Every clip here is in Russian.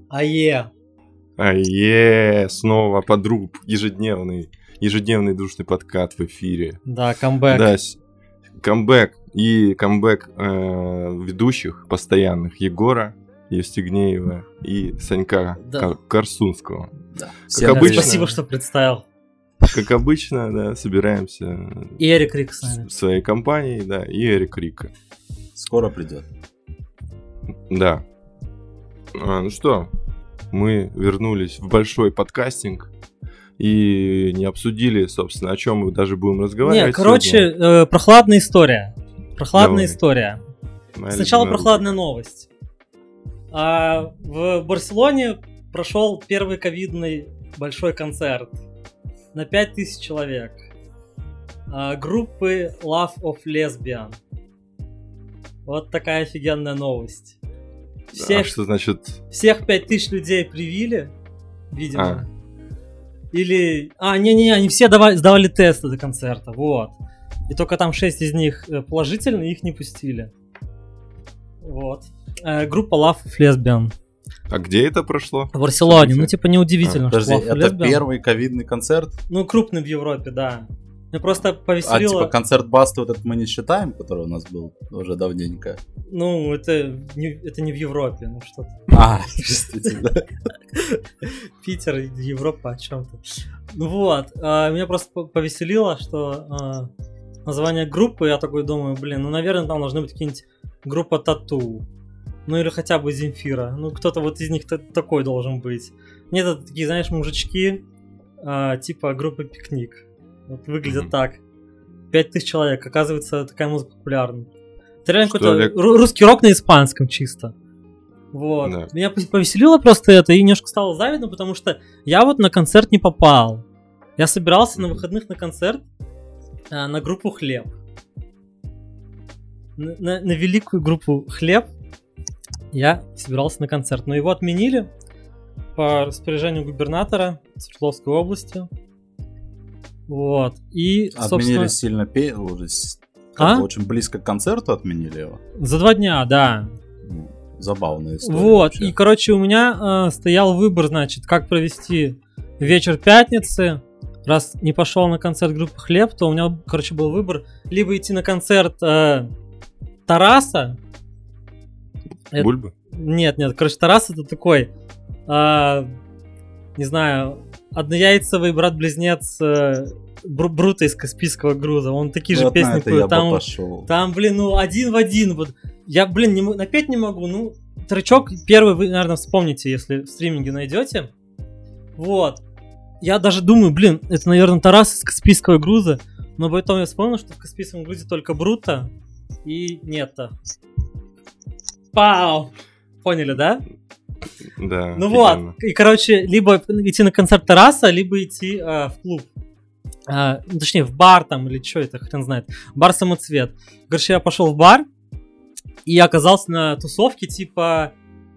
Ае! Снова подруг, ежедневный душный подкат в эфире. Да, камбэк. Да, камбэк ведущих постоянных Егора Евстигнеева и Санька Корсунского. Да. Как обычно, спасибо, что представил. Как обычно, да, собираемся. И Эрик Рик с нами. В своей компании, да, и Эрик Рика. Скоро придет. Да. Ну что, мы вернулись в большой подкастинг и не обсудили, собственно, о чем мы даже будем разговаривать. Прохладная история. История. Сначала прохладная новость. В Барселоне прошел первый ковидный большой концерт на 5000 человек. Группы Love of Lesbian. Вот такая офигенная новость. Что значит? Всех 5000 людей привили, видимо. Или... они все сдавали тесты до концерта, вот. И только там 6 из них положительные, их не пустили. Вот. Группа Love of Lesbian. А где это прошло? В Барселоне. Неудивительно, что Love of Lesbian. Это первый ковидный концерт? Крупный в Европе, да. Меня просто повеселило... концерт Басты вот этот мы не считаем, который у нас был уже давненько? Это не в Европе, что-то. Действительно. Питер, Европа, о чем-то. Меня просто повеселило, что название группы, я такой думаю, наверное, там должны быть какие-нибудь группа Тату. Или хотя бы Земфира. Кто-то вот из них такой должен быть. Нет, это такие, знаешь, мужички, типа группы Пикник. Вот выглядят так. 5000 человек. Оказывается, такая музыка популярна. Это реально какой-то русский рок на испанском чисто. Вот. Да. Меня повеселило просто это и немножко стало завидно, потому что я вот на концерт не попал. Я собирался на выходных на концерт на группу Хлеб. На великую группу Хлеб я собирался на концерт. Но его отменили по распоряжению губернатора Свердловской области. Вот. И, отменили сильно очень близко к концерту отменили его. За 2 дня, да. Забавная история. Вот. Вообще. И, у меня стоял выбор, как провести вечер пятницы. Раз не пошел на концерт группы Хлеб, то у меня, был выбор либо идти на концерт Тараса. Бульбы? Нет, Тарас это такой, не знаю, однояйцевый брат-близнец Брута из Каспийского груза. Он такие же песни поет. Там, один в один. Вот. Я, напеть не могу. Тречок первый вы, наверное, вспомните, если в стриминге найдете. Вот. Я даже думаю, это, наверное, Тарас из Каспийского груза. Но потом я вспомнил, что в Каспийском грузе только Брута и Нетта. Пау! Поняли, да? Да. И, либо идти на концерт Тараса, либо идти в клуб. Точнее, в бар там, или что это, хрен знает. Бар «Самоцвет». Я пошел в бар и оказался на тусовке типа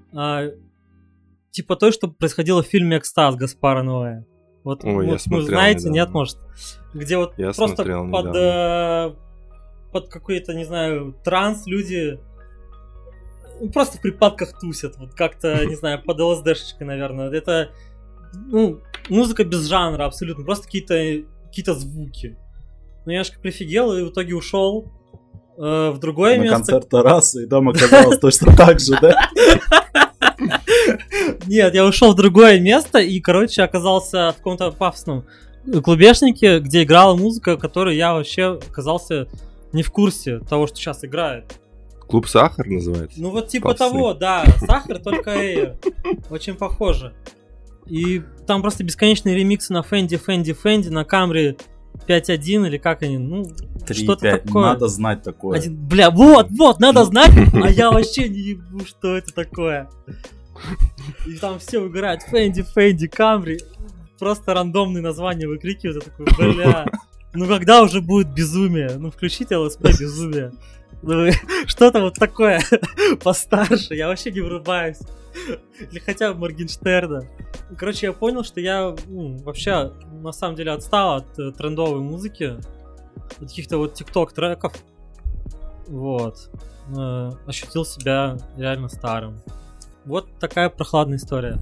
той, что происходило в фильме «Экстаз» Гаспара Ноэ. Вот, я смотрел, знаете, недавно. Нет, может? Где вот я просто под какой-то, не знаю, транс люди... Просто в припадках тусят, вот как-то, не знаю, под ЛСДшечкой, наверное. Это, музыка без жанра абсолютно, просто какие-то звуки. Я немножко прифигел и в итоге ушел в другое место. На концерт Тараса, и там оказалось точно так же, да? Нет, я ушел в другое место и, оказался в каком-то пафосном клубешнике, где играла музыка, которой я вообще оказался не в курсе того, что сейчас играет. Клуб «Сахар» называется? Того, да. «Сахар», только Эйр. Очень похоже. И там просто бесконечные ремиксы на Фенди, на Камри 5.1 или как они, 3, что-то 5. такое. Надо знать такое. Надо знать, а я вообще не ебу, что это такое. И там все играют Фенди, Камри. Просто рандомные названия выкрикивают. Я такой, когда уже будет безумие? Включите ЛСП безумие. Что-то вот такое постарше, я вообще не врубаюсь. Или хотя бы Моргенштерна. Я понял, что я вообще на самом деле отстал от трендовой музыки, от каких-то вот тикток треков. Вот. Ощутил себя реально старым. Вот такая прохладная история.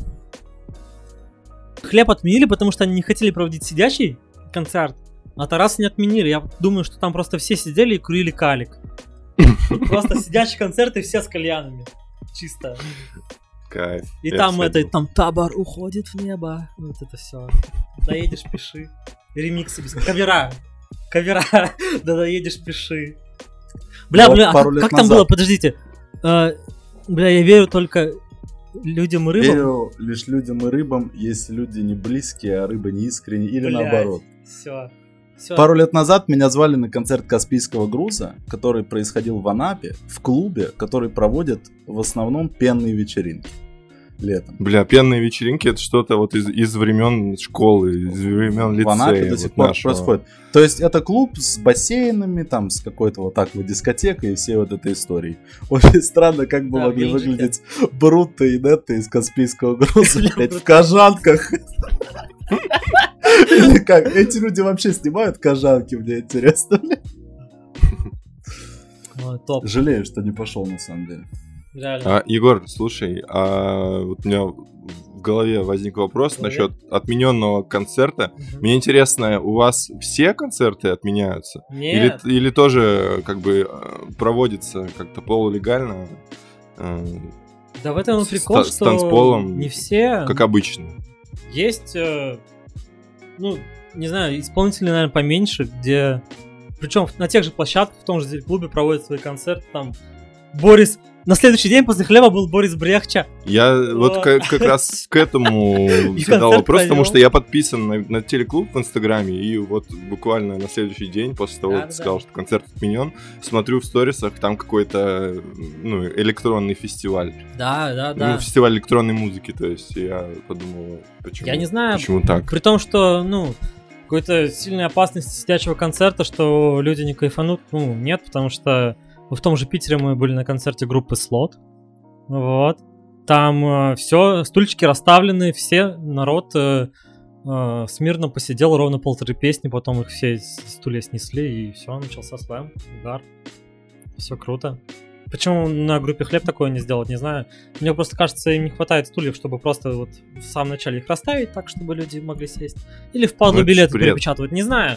Хлеб отменили, потому что они не хотели проводить сидячий концерт. А Тарас не отменили. Я думаю, что там просто все сидели и курили калик. Просто сидячий концерт и все с кальянами. Чисто. Кайф. И там табор уходит в небо. Вот это все. Доедешь, пиши. Ремиксы без кавера. Да доедешь, пиши. Бля, как там было? Подождите. Бля, я верю только людям и рыбам. Верю лишь людям и рыбам, если люди не близкие, а рыба не искренние, или наоборот. Все. Пару лет назад меня звали на концерт Каспийского груза, который происходил в Анапе, в клубе, который проводит в основном пенные вечеринки летом. Бля, пенные вечеринки — это что-то вот из времен школы, из времен лицея. В Анапе до сих пор происходит. То есть это клуб с бассейнами, там, с какой-то вот так вот дискотекой и всей вот этой историей. Очень странно, как бы могли выглядеть Бруто и Нетто из Каспийского груза, блядь, в кожанках. Или как? Эти люди вообще снимают кожанки, мне интересно. Жалею, что не пошел на самом деле. Егор, слушай, вот у меня в голове возник вопрос насчет отмененного концерта. Мне интересно, у вас все концерты отменяются? Нет. Или тоже как бы проводится как-то полулегально? Да в этом прикол, что с танцполом, не все. Как обычно. Есть, не знаю, исполнители, наверное, поменьше, где... Причем на тех же площадках, в том же клубе проводят свои концерты, там Борис... На следующий день после хлеба был Борис Брехча. Я вот как раз к этому задал вопрос, потому что я подписан на телеклуб в Инстаграме, и вот буквально на следующий день, после того, как ты сказал, что концерт отменен, смотрю в сторисах, там какой-то электронный фестиваль. Да. Фестиваль электронной музыки, то есть я подумал, почему, я не знаю, почему так? При том, что, какой-то сильной опасности сидячего концерта, что люди не кайфанут, нет, потому что в том же Питере мы были на концерте группы Слот. Вот. Там все, стульчики расставлены, все, народ смирно посидел ровно 1,5 песни, потом их все стулья снесли, и все, начался слэм, угар. Все круто. Почему на группе Хлеб такое не сделать, не знаю. Мне просто кажется, им не хватает стульев, чтобы просто вот в самом начале их расставить так, чтобы люди могли сесть. Или впадло билеты перепечатывать, не знаю.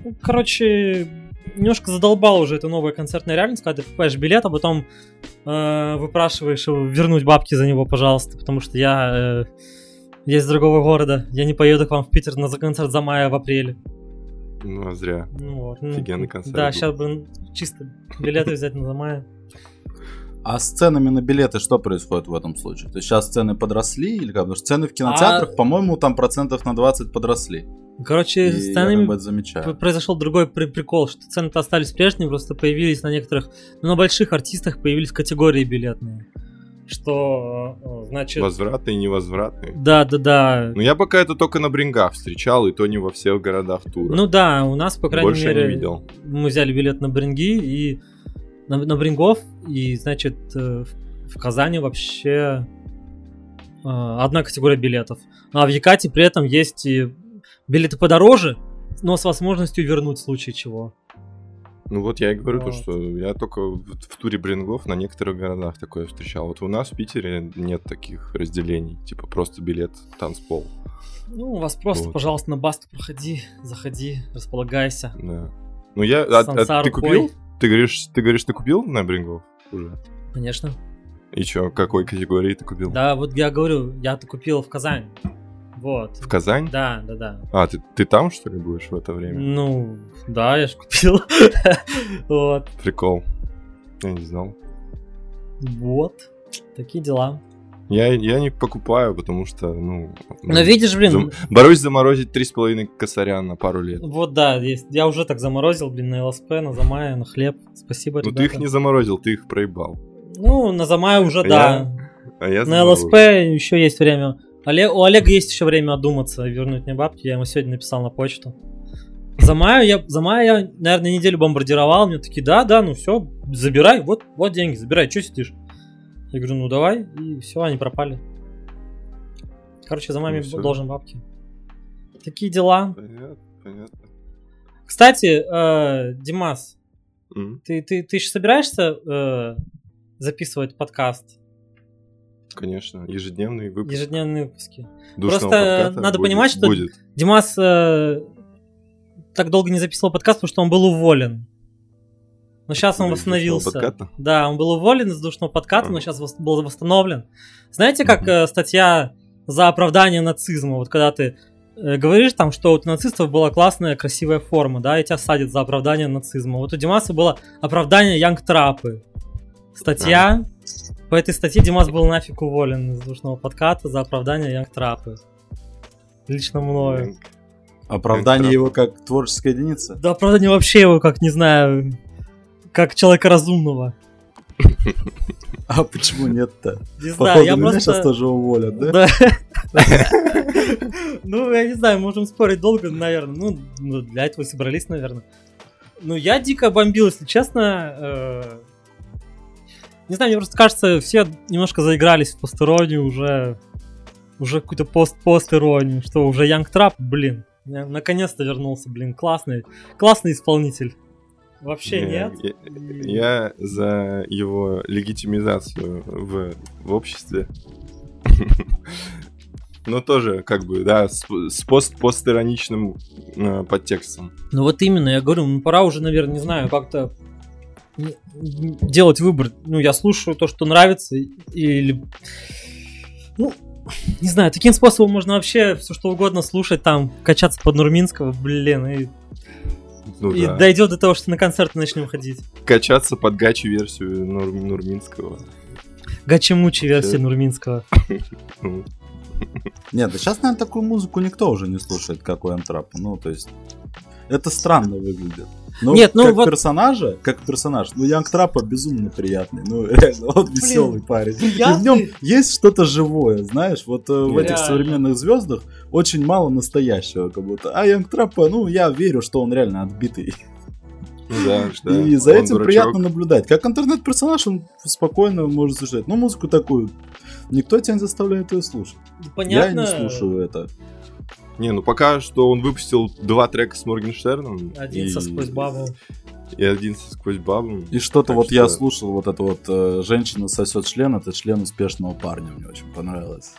Немножко задолбал уже эта новая концертная реальность, когда ты покупаешь билет, а потом выпрашиваешь вернуть бабки за него, пожалуйста, потому что я из другого города, я не поеду к вам в Питер на концерт за мая в апреле. А зря. Офигенный концерт. Да, сейчас бы чисто билеты взять на за мая. А с ценами на билеты что происходит в этом случае? То есть сейчас цены подросли или как? Потому что цены в кинотеатрах, по-моему, там 20% подросли. Короче, с ценами произошел другой прикол, что цены-то остались прежними, просто появились на некоторых, на больших артистах появились категории билетные. Что, значит... Возвратные и невозвратные. Да. Но я пока это только на Брингах встречал, и то не во всех городах тура. У нас, по крайней мере... Больше не видел. Мы взяли билет на Бринги и... На Брингов, и, значит, в Казани вообще одна категория билетов. А в Екате при этом есть и билеты подороже, но с возможностью вернуть в случае чего. Вот я и говорю, то, что я только в туре Брингов на некоторых городах такое встречал. Вот у нас в Питере нет таких разделений, типа просто билет, танцпол. У вас просто, пожалуйста, на Басту проходи, заходи, располагайся. Да. Ты купил? Ты говоришь, ты купил на Брингов уже? Конечно. И чё, какой категории ты купил? Да, вот я говорю, я-то купил в Казань. Вот. В Казань? Да. А, ты там, что ли, будешь в это время? Да, я ж купил. Вот. Прикол. Я не знал. Вот. Такие дела. Я не покупаю, потому что, Но видишь, блин... Борусь заморозить 3,5 косаря на пару лет. Вот да, я уже так заморозил, блин, на ЛСП, на Замая, на хлеб. Спасибо, ребята. Ты их не заморозил, ты их проебал. На Замая уже, да. Я на ЛСП еще есть время. У Олега есть еще время одуматься и вернуть мне бабки. Я ему сегодня написал на почту. Замая я, наверное, неделю бомбардировал. Мне такие, да, все, забирай, вот деньги, забирай, что сидишь? Я говорю, давай, и все, они пропали. Короче, за маме должен бабки. Такие дела. Понятно. Кстати, Димас, ты еще собираешься записывать подкаст? Конечно, ежедневные выпуски. Ежедневные выпуски. Душного Просто надо понимать, что Димас так долго не записывал подкаст, потому что он был уволен. Но сейчас он восстановился. Да, он был уволен из душного подката, но сейчас был восстановлен. Знаете, как статья за оправдание нацизма? Вот когда ты говоришь там, что у нацистов была классная, красивая форма, да, и тебя садят за оправдание нацизма. Вот у Димаса было оправдание Янгтрапы. Статья. По этой статье Димас был нафиг уволен из душного подката за оправдание Янгтрапы. Лично мною. Оправдание его как творческая единица? Да, оправдание вообще его как, не знаю, как человека разумного. А почему нет-то? Не знаю, я меня просто... сейчас тоже уволят, да? Да. Ну, я не знаю, можем спорить долго, наверное. Ну, для этого собрались, наверное. Ну, я дико бомбил, если честно. Не знаю, мне просто кажется, все немножко заигрались в постороннюю, уже какую-то пост-иронию, что уже Янгтрап, блин, наконец-то вернулся, блин, классный исполнитель. Вообще нет. Я за его легитимизацию в обществе. Но тоже, как бы, да, с постироничным подтекстом. Ну вот именно, я говорю, ну пора уже, наверное, не знаю, как-то делать выбор. Ну, я слушаю то, что нравится, или... Ну, не знаю, таким способом можно вообще все что угодно слушать, там, качаться под Нурминского, блин, и да. Дойдет до того, что на концерты начнем ходить. Качаться под гачи-версию Нурминского. Гачи-мучи версию Нурминского. Нет, да сейчас, наверное, такую музыку никто уже не слушает, как у Янгтрапа. Ну, то есть, это странно выглядит. Но нет, ну как вот... персонаж, ну, Янгтрапа безумно приятный. Ну, реально, он веселый парень. Приятный? И в нем есть что-то живое, знаешь. Вот в этих современных звездах очень мало настоящего, как будто. А Янгтрапа, ну, я верю, что он реально отбитый. Да. И за этим приятно наблюдать. Как интернет-персонаж, он спокойно может слушать. Но музыку такую, никто тебя не заставляет ее слушать. Понятно. Я не слушаю это. Не, ну пока что он выпустил 2 трека с Моргенштерном. Один со «Сквозь бабу». И один со «Сквозь бабу». И что-то вот я слушал, вот это вот «Женщина сосет член», это член успешного парня, мне очень понравилось.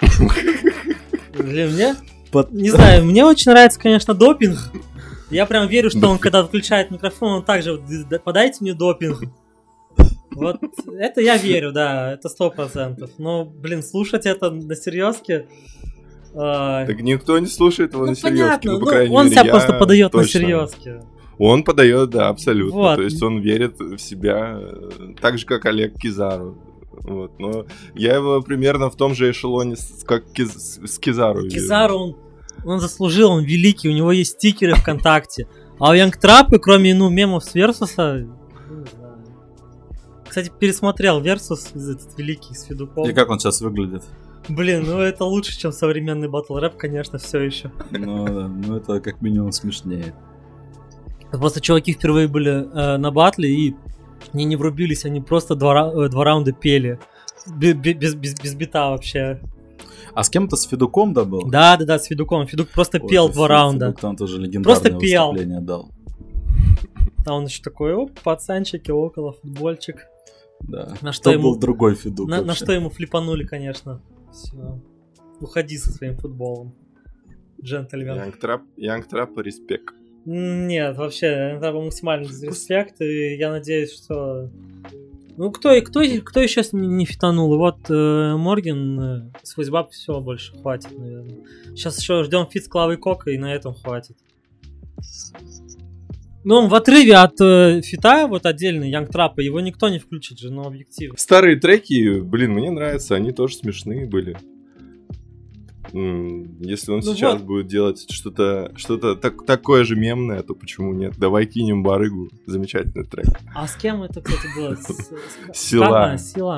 Для меня? Не знаю, мне очень нравится, конечно, допинг. Я прям верю, что он, когда включает микрофон, он также подайте мне допинг. Вот это я верю, да, это 100%. Но, блин, слушать это на серьезке... Так никто не слушает его на серьезке. Понятно, ну, по крайней он мере, себя просто подает на серьезке. Он подает, да, абсолютно. Вот. То есть он верит в себя так же, как Олег Кизару. Вот. Но я его примерно в том же эшелоне, как с Кизару. Кизару он заслужил, он великий, у него есть стикеры ВКонтакте. А у Янгтрапы, кроме мемов с Версуса, не знаю. Кстати, пересмотрел Версус, этот великий, с Федуком. И как он сейчас выглядит? Блин, ну это лучше, чем современный батл-рэп, конечно, все еще. Ну да, ну это как минимум смешнее. Просто чуваки впервые были на батле, и они не врубились, они просто два раунда пели. Без бита вообще. А с кем-то с Федуком, да, был? Да, с Федуком. Федук просто пел 2 раунда. Федук там тоже легендарное просто пел. Выступление дал. А он еще такой, оп, пацанчики, около, футбольчик. Да. На что ему... был другой Федук. На что ему флипанули, конечно. Все. Уходи со своим футболом, джентльмен. Янгтрап, респект. Нет, вообще, Янгтрап максимально респект, и я надеюсь, что... Ну, кто еще не фитанул? И вот Морген, «Сквозь баб», все, больше хватит, наверное. Сейчас еще ждем фит с Клавой Кока, и на этом хватит. Ну, он в отрыве от фита, вот отдельно, Янгтрапа, его никто не включит же, ну, объективно. Старые треки, блин, мне нравятся, они тоже смешные были. Если он сейчас будет делать что-то такое же мемное, то почему нет? Давай кинем барыгу. Замечательный трек. А с кем это, кстати, было? Сила.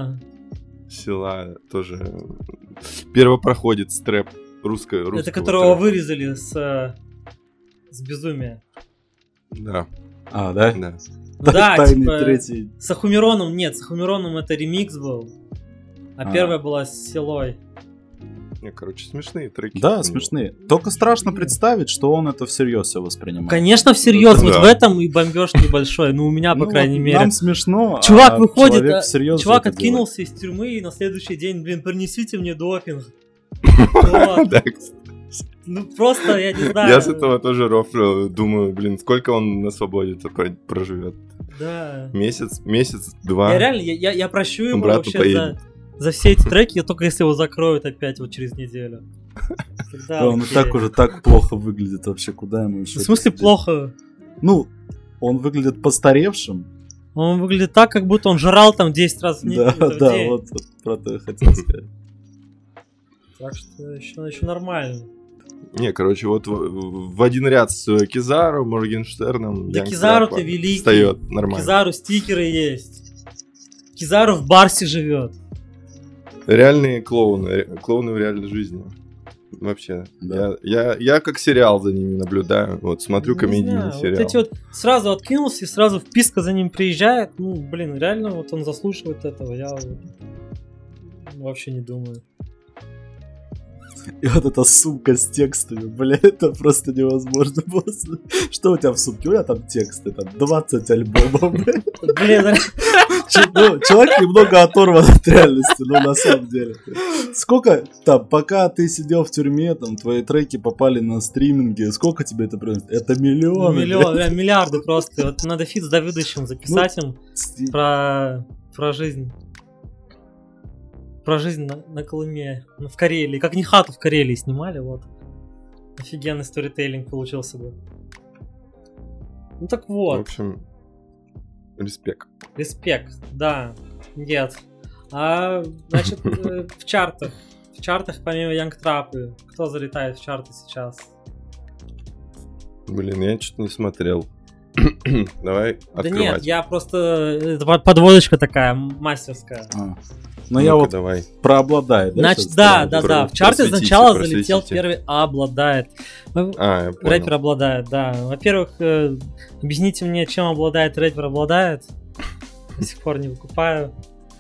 Тоже. Первопроходец трэп. Русского. Это которого вырезали с безумия. Да. А, да? Да. Да, тайный третий. С Ахумероном, нет, с Ахумероном это ремикс был. А первая была с Силой. Короче, смешные треки. Да, смешные. Только страшно представить, что он это всерьез все воспринимает. Конечно, всерьез. Вот в этом и бомбеж небольшой. Ну, у меня, по крайней мере. Нам смешно, чувак выходит, чувак откинулся из тюрьмы, и на следующий день, принесите мне допинг. Ну, просто, я не знаю. Я с этого тоже рофлю. Думаю, сколько он на свободе-то проживет. Да. Месяц, 2. Я реально, я прощу ему вообще за все эти треки, только если его закроют опять вот через неделю. Да, он и так уже так плохо выглядит вообще, куда ему еще? В смысле плохо? Ну, он выглядит постаревшим. Он выглядит так, как будто он жрал там 10 раз в неделю. Да, вот про то я хотел сказать. Так что еще нормально. Не, короче, вот в один ряд с Кизару, Моргенштерном. Да Кизару-то великий. Встает нормально. Кизару стикеры есть. Кизару в Барсе живет. Реальные клоуны в реальной жизни. Вообще. Да. Я как сериал за ними наблюдаю. Вот смотрю комедийный сериал. Вот эти вот сразу откинулся и сразу вписка за ним приезжает. Ну, реально, вот он заслуживает этого. Я вообще не думаю. И вот эта сумка с текстами, это просто невозможно было. Что у тебя в сумке? У меня там тексты, там 20 альбомов, человек немного оторван от реальности, но на самом деле. Сколько там, пока ты сидел в тюрьме, там твои треки попали на стриминги, сколько тебе это приносит? Это миллионы. Миллиарды просто. Вот надо фит с Давидычем записать им про жизнь. Про жизнь на Колыме, в Карелии. Как не хату в Карелии снимали, вот. Офигенный сторителлинг получился бы. Ну так вот. В общем, респект. Респект, да. Нет. Значит, в чартах. В чартах помимо Young Trap, кто залетает в чарты сейчас? Я что-то не смотрел. Давай открывать. Да нет, я просто... Это подводочка такая, мастерская. Но я вот давай. Про «Обладает». Значит, да. В чарте сначала залетел первый «Обладает». Рэпер «Обладает», да. Во-первых, объясните мне, чем обладает рэпер «Обладает». До сих пор не выкупаю.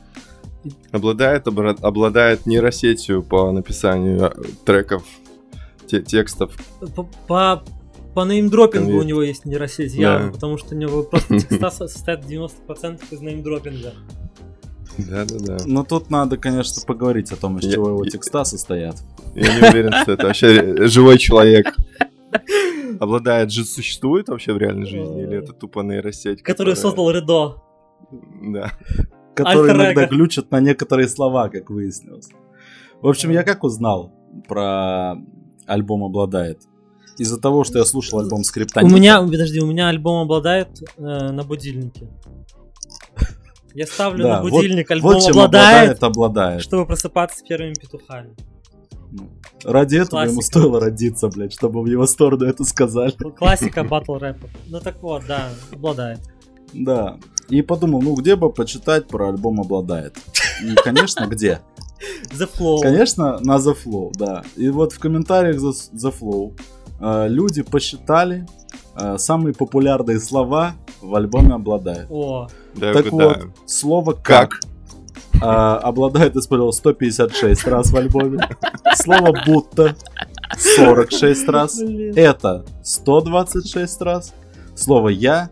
Обладает нейросетью по написанию треков, текстов. По неймдропингу у него есть нейросеть, явно, потому что у него просто текста состоят 90% из неймдропинга. Да. Но тут надо, конечно, поговорить о том, из чего его текста состоят. Я не уверен, что это вообще живой человек. Обладает же существует вообще в реальной жизни, или это тупо нейросеть? Который создал Редо. Да. Который иногда глючит на некоторые слова, как выяснилось. В общем, я как узнал про альбом «Обладает»? Из-за того, что я слушал альбом «Скриптонита». У меня альбом «Обладает» на будильнике. Я ставлю на будильник альбом «Обладает», чтобы просыпаться с первыми петухами. Ради этого ему стоило родиться, чтобы в его сторону это сказали. Классика батл рэпа. Ну так вот, да, «Обладает». Да. И подумал, где бы почитать про альбом «Обладает». И, конечно, где? The Flow. Конечно, на The Flow, да. И вот в комментариях The Flow люди посчитали самые популярные слова в альбоме «Обладает». Так вот, слово «как» «Обладает» использовал 156 раз в альбоме. Слово «будто» 46 раз. Это 126 раз. Слово «я»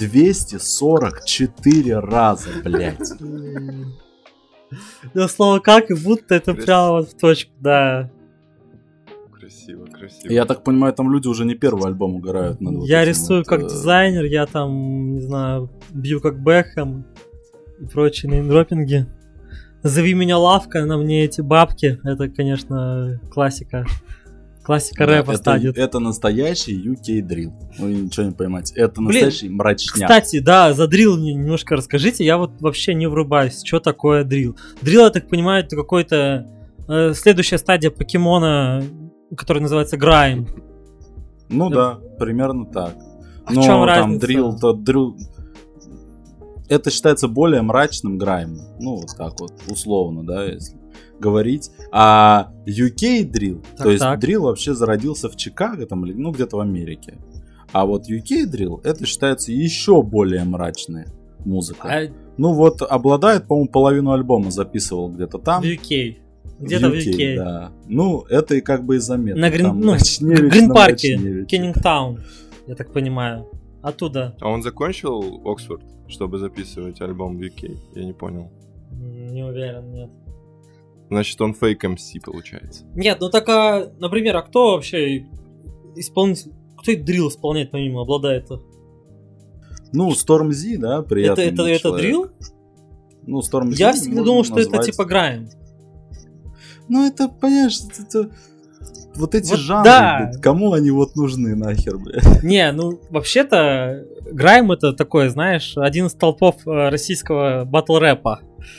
244 раза, блять. Да, слово «как» и «будто» это прямо вот в точку, да. Красиво. Я так понимаю, там люди уже не первый альбом угорают. Я рисую как дизайнер, я там, не знаю, бью как Бэхэм и прочие неймдропинги. «Зови меня Лавка», на мне эти бабки. Это, конечно, классика. Классика рэпа станет. Это настоящий UK дрил. Вы ничего не поймете. Это настоящий мрачняк. Кстати, да, за дрил мне немножко расскажите. Я вот вообще не врубаюсь, что такое дрил. Дрил, я так понимаю, это какой-то следующая стадия покемона, который называется Грайм. Ну да, примерно так. А в чем разница? Там дрил... Это считается более мрачным граймом. Ну, вот так вот, условно, да, если говорить. А UK drill, то есть drill вообще зародился в Чикаго, там, где-то в Америке. А вот UK drill, это считается еще более мрачная музыка. Ну вот, «Обладает», по-моему, половину альбома записывал где-то там. В UK. Где-то в UK. Да. Ну, это и как бы и заметно. На Грин-парке, Кеннингтаун, я так понимаю. Оттуда. А он закончил Оксфорд, чтобы записывать альбом в UK? Я не понял. Не уверен, нет. Значит, он фейк MC, получается. Нет, ну так, например, а кто вообще исполнитель, кто дрил исполняет помимо обладает? Ну, Stormzy, да, приятный это дрил? Ну, Stormzy. Я всегда думал, что это типа грайм. Ну, это, понимаешь, это... Вот эти вот жанры, да. блядь, кому они вот нужны нахер, блядь? Не, ну, вообще-то, грайм это такое, знаешь, один из столпов российского батл-рэпа.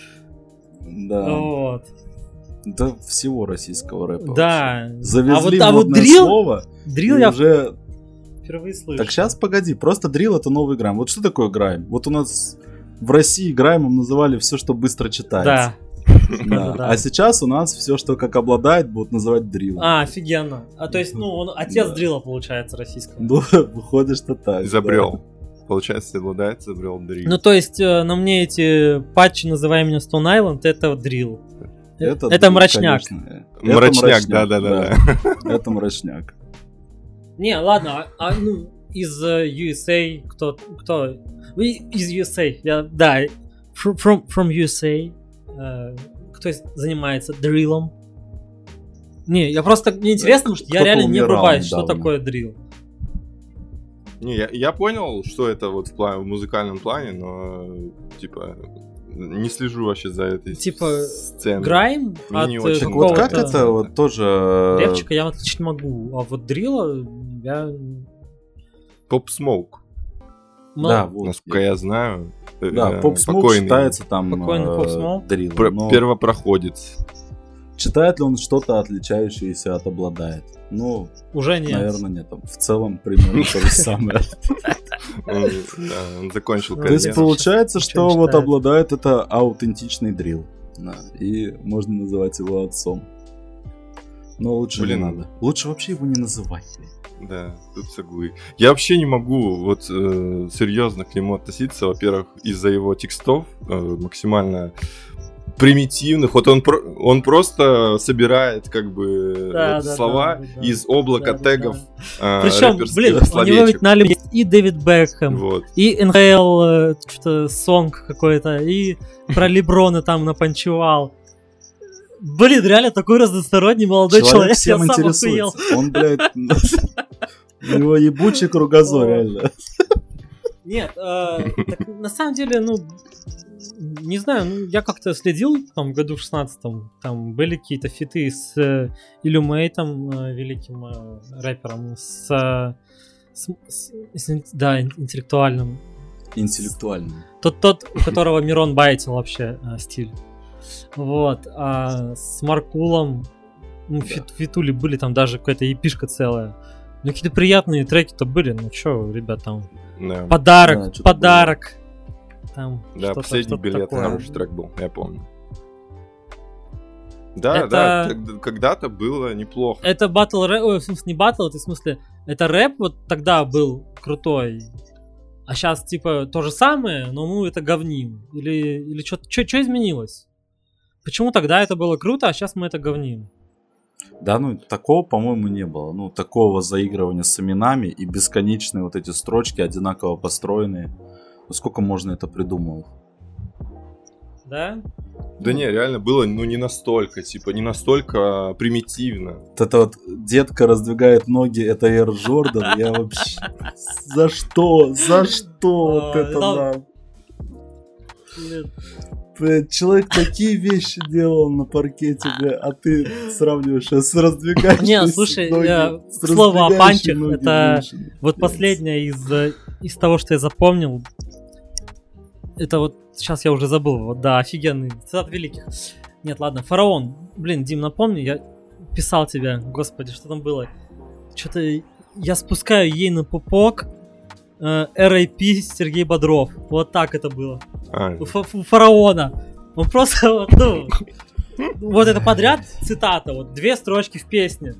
Да. Вот. Да всего российского рэпа. Да. Вообще. Завезли вот дрил, слово. Дрил я уже... впервые слышу. Так сейчас, погоди, просто дрил это новый грайм. Вот что такое грайм? Вот у нас в России граймом называли все, что быстро читается. Да. А сейчас у нас все, что как обладает, будут называть дрил. Офигенно. То есть, ну, он отец дрила, получается, российского. Ну, выходит, что так. Изобрел. Да. Получается, обладает, изобрел дрил. Ну, то есть, на мне эти патчи, называемые Stone Island, это дрил. Это дрил, мрачняк. Конечно. Мрачняк, да. Это мрачняк. Не, ладно, ну, из USA, кто? Из USA, from USA, кто занимается дрилом? Не, я просто, мне интересно, потому что я реально не врубаюсь, что такое дрил. Не, я понял, что это вот в музыкальном плане, но, типа, не слежу вообще за этой сценой. Грайм от очень вот как это вот тоже... Репчика я отличить не могу, а вот дрила я... Pop Smoke. Да, вот. Насколько я знаю. Да, Pop Smoke считается там дрил. Первопроходец. Читает ли он что-то отличающееся от обладает? Ну, уже нет. Наверное, нет. В целом, примерно то же самое. Он закончил карьеру. То есть получается, что вот обладает это аутентичный дрил. И можно называть его отцом. Но лучше не надо. Лучше вообще его не называть. Да, тут соглы. Я вообще не могу вот серьезно к нему относиться. Во-первых, из-за его текстов максимально примитивных. Вот он просто собирает как бы слова из облака тегов. Причем, блин, у него ведь на альбоме и Дэвид Бекхэм, вот. И НХЛ что-то сонг какой-то, и про Леброна там напанчевал. Блин, реально такой разносторонний молодой человек, всем я сам охуел. Он, блядь, у него ебучий кругозор, реально. Нет, на самом деле, ну, не знаю, ну, я как-то следил, там, в году в 16-м, там были какие-то фиты с Illumate, великим рэпером, да, интеллектуальным. Тот, у которого Мирон байтил вообще стиль. Вот, а с Маркулом, ну, фитули были, там даже какая-то епишка целая. Ну, какие-то приятные треки-то были, ну, чё, ребят, там, да. подарок. Там да, последний билет, хороший трек был, я помню. Да, когда-то было неплохо. Это батл рэп, в смысле, не батл, это в смысле, это рэп вот тогда был крутой, а сейчас, типа, то же самое, но мы это говним. Или что изменилось? Почему тогда это было круто, а сейчас мы это говним? Да, ну, такого, по-моему, не было. Ну, такого заигрывания с именами и бесконечные вот эти строчки, одинаково построенные. Ну, сколько можно это придумал? Да? Да не, реально было, ну, не настолько примитивно. Вот это вот детка раздвигает ноги, это Air Jordan, я вообще... За что вот это нам? Человек такие вещи делал на паркете, а ты сравниваешь с раздвигающимися. Не, слушай, слово о панчах, это вот последнее из того, что я запомнил. Это вот, сейчас я уже забыл, вот, да, офигенный, цитат великих. Нет, ладно, Фараон, блин, Дим, напомни, я писал тебе, господи, что там было? Что-то я спускаю ей на пупок R.I.P. Сергей Бодров, вот так это было. У Фараона. Он просто, ну, вот это подряд цитата, вот 2 строчки в песне.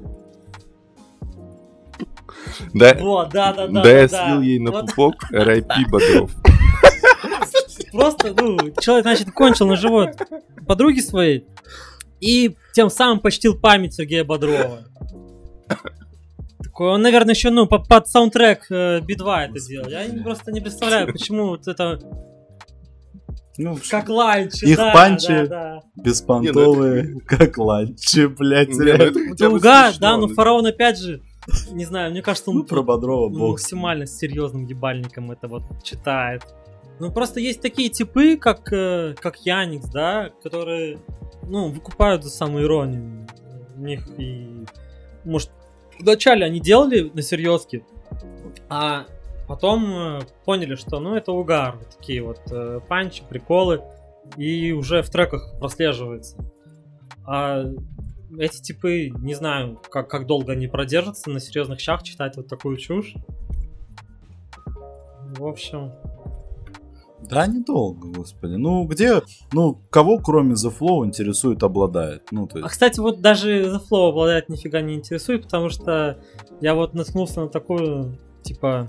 Да, вот, да. Я слил ей на пупок R.I.P. Бодров. Просто, ну, человек, значит, кончил на живот подруги своей. И тем самым почтил память Сергея Бодрова. Такой, он, наверное, еще, под саундтрек Би-2 это делал. Я просто не представляю, почему вот это... как ланчи, их панчи беспонтовые, как ланчи, блядь. Это угар, да, но Фараон опять же, не знаю, мне кажется, он про Бодрова максимально серьезным ебальником это вот читает. Просто есть такие типы, как Яникс, да, которые, выкупают за самоиронию. У них и, может, вначале они делали на серьезке, а потом поняли, что, это угар, вот такие вот панчи, приколы, и уже в треках прослеживается. А эти типы, не знаю, как долго они продержатся на серьезных щах читать вот такую чушь. В общем... Да, недолго, господи. Кого кроме The Flow интересует обладает? То есть... А, кстати, вот даже The Flow обладает нифига не интересует, потому что я вот наткнулся на такую, типа...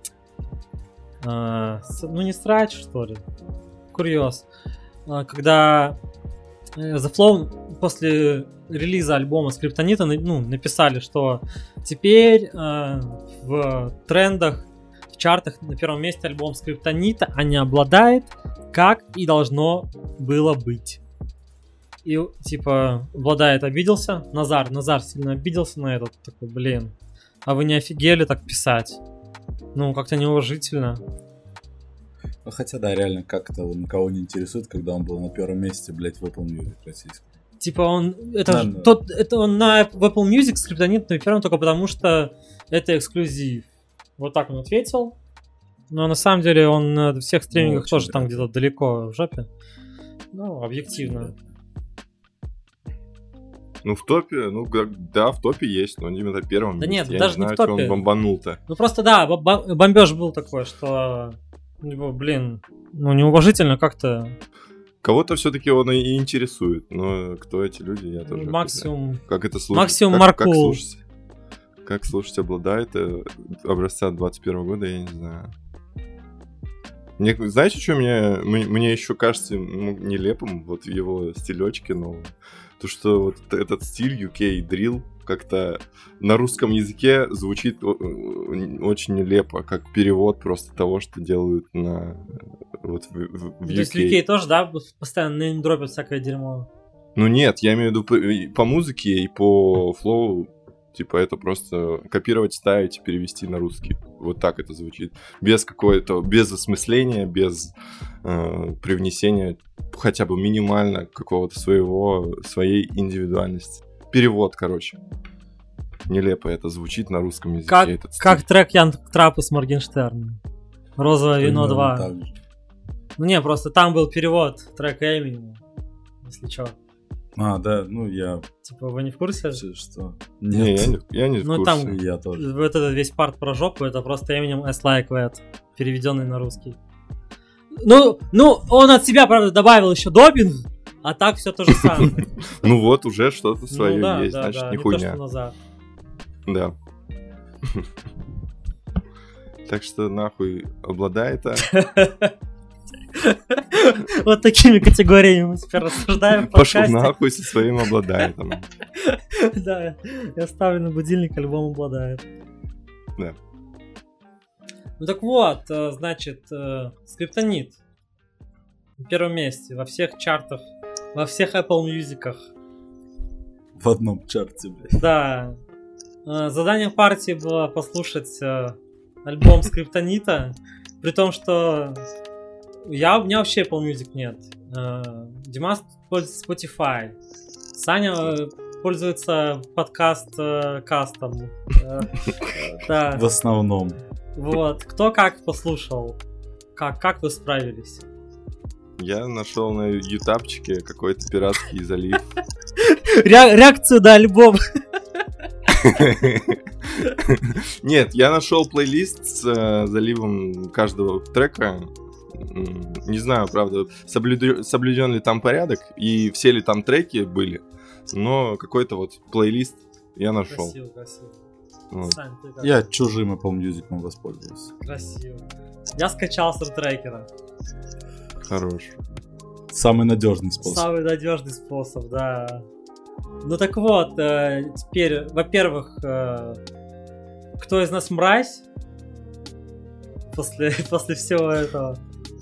не срач, что ли? Курьез. Когда The Flow после релиза альбома Скриптонита написали, что теперь в трендах, в чартах на первом месте альбом Скриптонита, а не обладает, как и должно было быть. И типа обладает обиделся, Назар сильно обиделся на это, такой, блин, а вы не офигели так писать? Как-то неуважительно. Хотя, да, реально, как-то никого не интересует, когда он был на первом месте, блядь, в Apple Music российском. Типа он... он на Apple Music Скриптонит на первом только потому, что это эксклюзив. Вот так он ответил. Но на самом деле он на всех стримингах тоже там где-то далеко в жопе. Объективно. В топе, да, в топе есть, но не на первом месте. Нет, я даже не знаю, не в топе. что он бомбанул-то. Просто да, бомбеж был такой, что, блин, неуважительно как-то. Кого-то все-таки он и интересует, но кто эти люди, я тоже. Максимум. Как это слушать? Максимум Маркул. Как слушать обладает образца 21 года, я не знаю. Знаете, что мне еще кажется нелепым вот в его стилечке новом? То, что вот этот стиль UK Drill как-то на русском языке звучит очень нелепо, как перевод просто того, что делают в UK. То есть в UK тоже, да, постоянно неймдропят всякое дерьмо? Нет, я имею в виду по музыке и по флоу, типа это просто копировать, ставить и перевести на русский. Вот так это звучит. Без осмысления, без привнесения хотя бы минимально какого-то своей индивидуальности. Перевод, короче. Нелепо это звучит на русском языке. Как трек Ян Трапа с Моргенштерном. «Розовое вино 2». Просто там был перевод трека Эминема, если чё. Да, я... Типа, вы не в курсе? Что? Нет, я не в курсе. Там я тоже. Вот этот весь парт про жопу, это просто Eminem As Like That, переведенный на русский. Он от себя, правда, добавил еще допинг, а так все то же самое. Вот уже что-то свое есть, значит, не хуйня. Не то, что назад. Да. Так что нахуй обладает. Вот такими категориями мы теперь рассуждаем. Пошел нахуй со своим обладаетом. Да, я ставлю на будильник, альбом обладает. Да. Так вот, значит, Скриптонит на первом месте во всех чартах, во всех Apple Music'ах. В одном чарте, блядь. Да. Задание партии было послушать альбом Скриптонита, при том, что у меня вообще Apple Music нет. Димас пользуется Spotify. Саня пользуется подкаст кастом. Да. В основном. Вот. Кто как послушал? Как вы справились? Я нашел на ютабчике какой-то пиратский залив. Реакцию на альбом. Нет, я нашел плейлист с заливом каждого трека. Не знаю, правда, соблюден ли там порядок и все ли там треки были, но какой-то вот плейлист я нашел. Красиво. Вот. Сань, я чужим Apple Music воспользовался. Красиво. Я скачал с трекера. Хорош. Самый надежный способ. Самый надежный способ, да. Ну так вот, теперь, во-первых, кто из нас мразь после всего этого?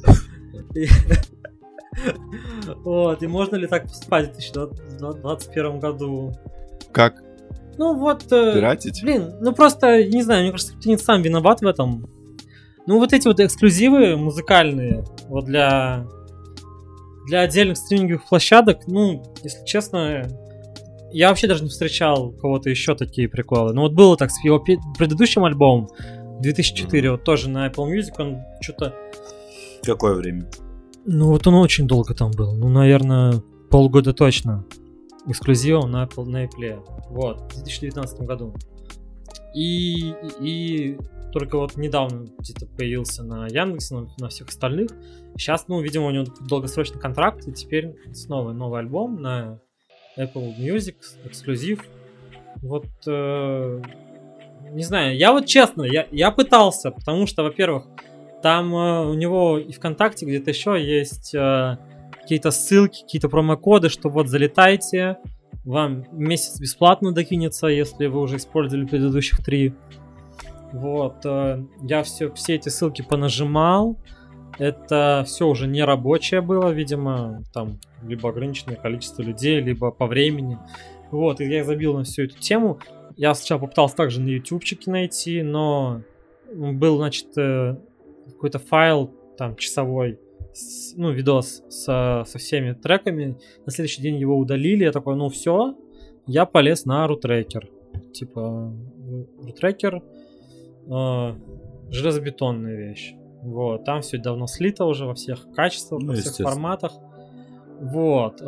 Вот, и можно ли так поступать в 2021 году? Как? Ну вот... Пиратить? Блин, ну просто, не знаю, мне кажется, ты не сам виноват в этом. Ну вот эти вот эксклюзивы музыкальные, вот для отдельных стриминговых площадок, ну, если честно, я вообще даже не встречал у кого-то еще такие приколы. Ну вот было так с его предыдущим альбомом, 2004, вот тоже на Apple Music, он что-то... Какое время? Ну вот он очень долго там был, ну, наверное, полгода точно. Эксклюзивом на Apple. Вот, в 2019 году. И только вот недавно где-то появился на Яндексе, на всех остальных. Сейчас, ну, видимо, у него долгосрочный контракт, и теперь снова новый альбом на Apple Music, эксклюзив. Вот, не знаю, я вот честно, я пытался, потому что, во-первых, там у него и ВКонтакте где-то еще есть какие-то ссылки, какие-то промокоды, что вот залетайте, вам месяц бесплатно докинется, если вы уже использовали предыдущих 3. Вот, я все эти ссылки понажимал, это все уже не рабочее было, видимо, там либо ограниченное количество людей, либо по времени. Вот, и я забил на всю эту тему. Я сначала попытался также на ютубчике найти, но был, значит, какой-то файл там часовой, ну, видос со всеми треками. На следующий день его удалили. Я такой, ну все, я полез на RooTracker. Типа, RooTracker железобетонная вещь. Вот, там все давно слито уже во всех качествах, во всех форматах. Вот.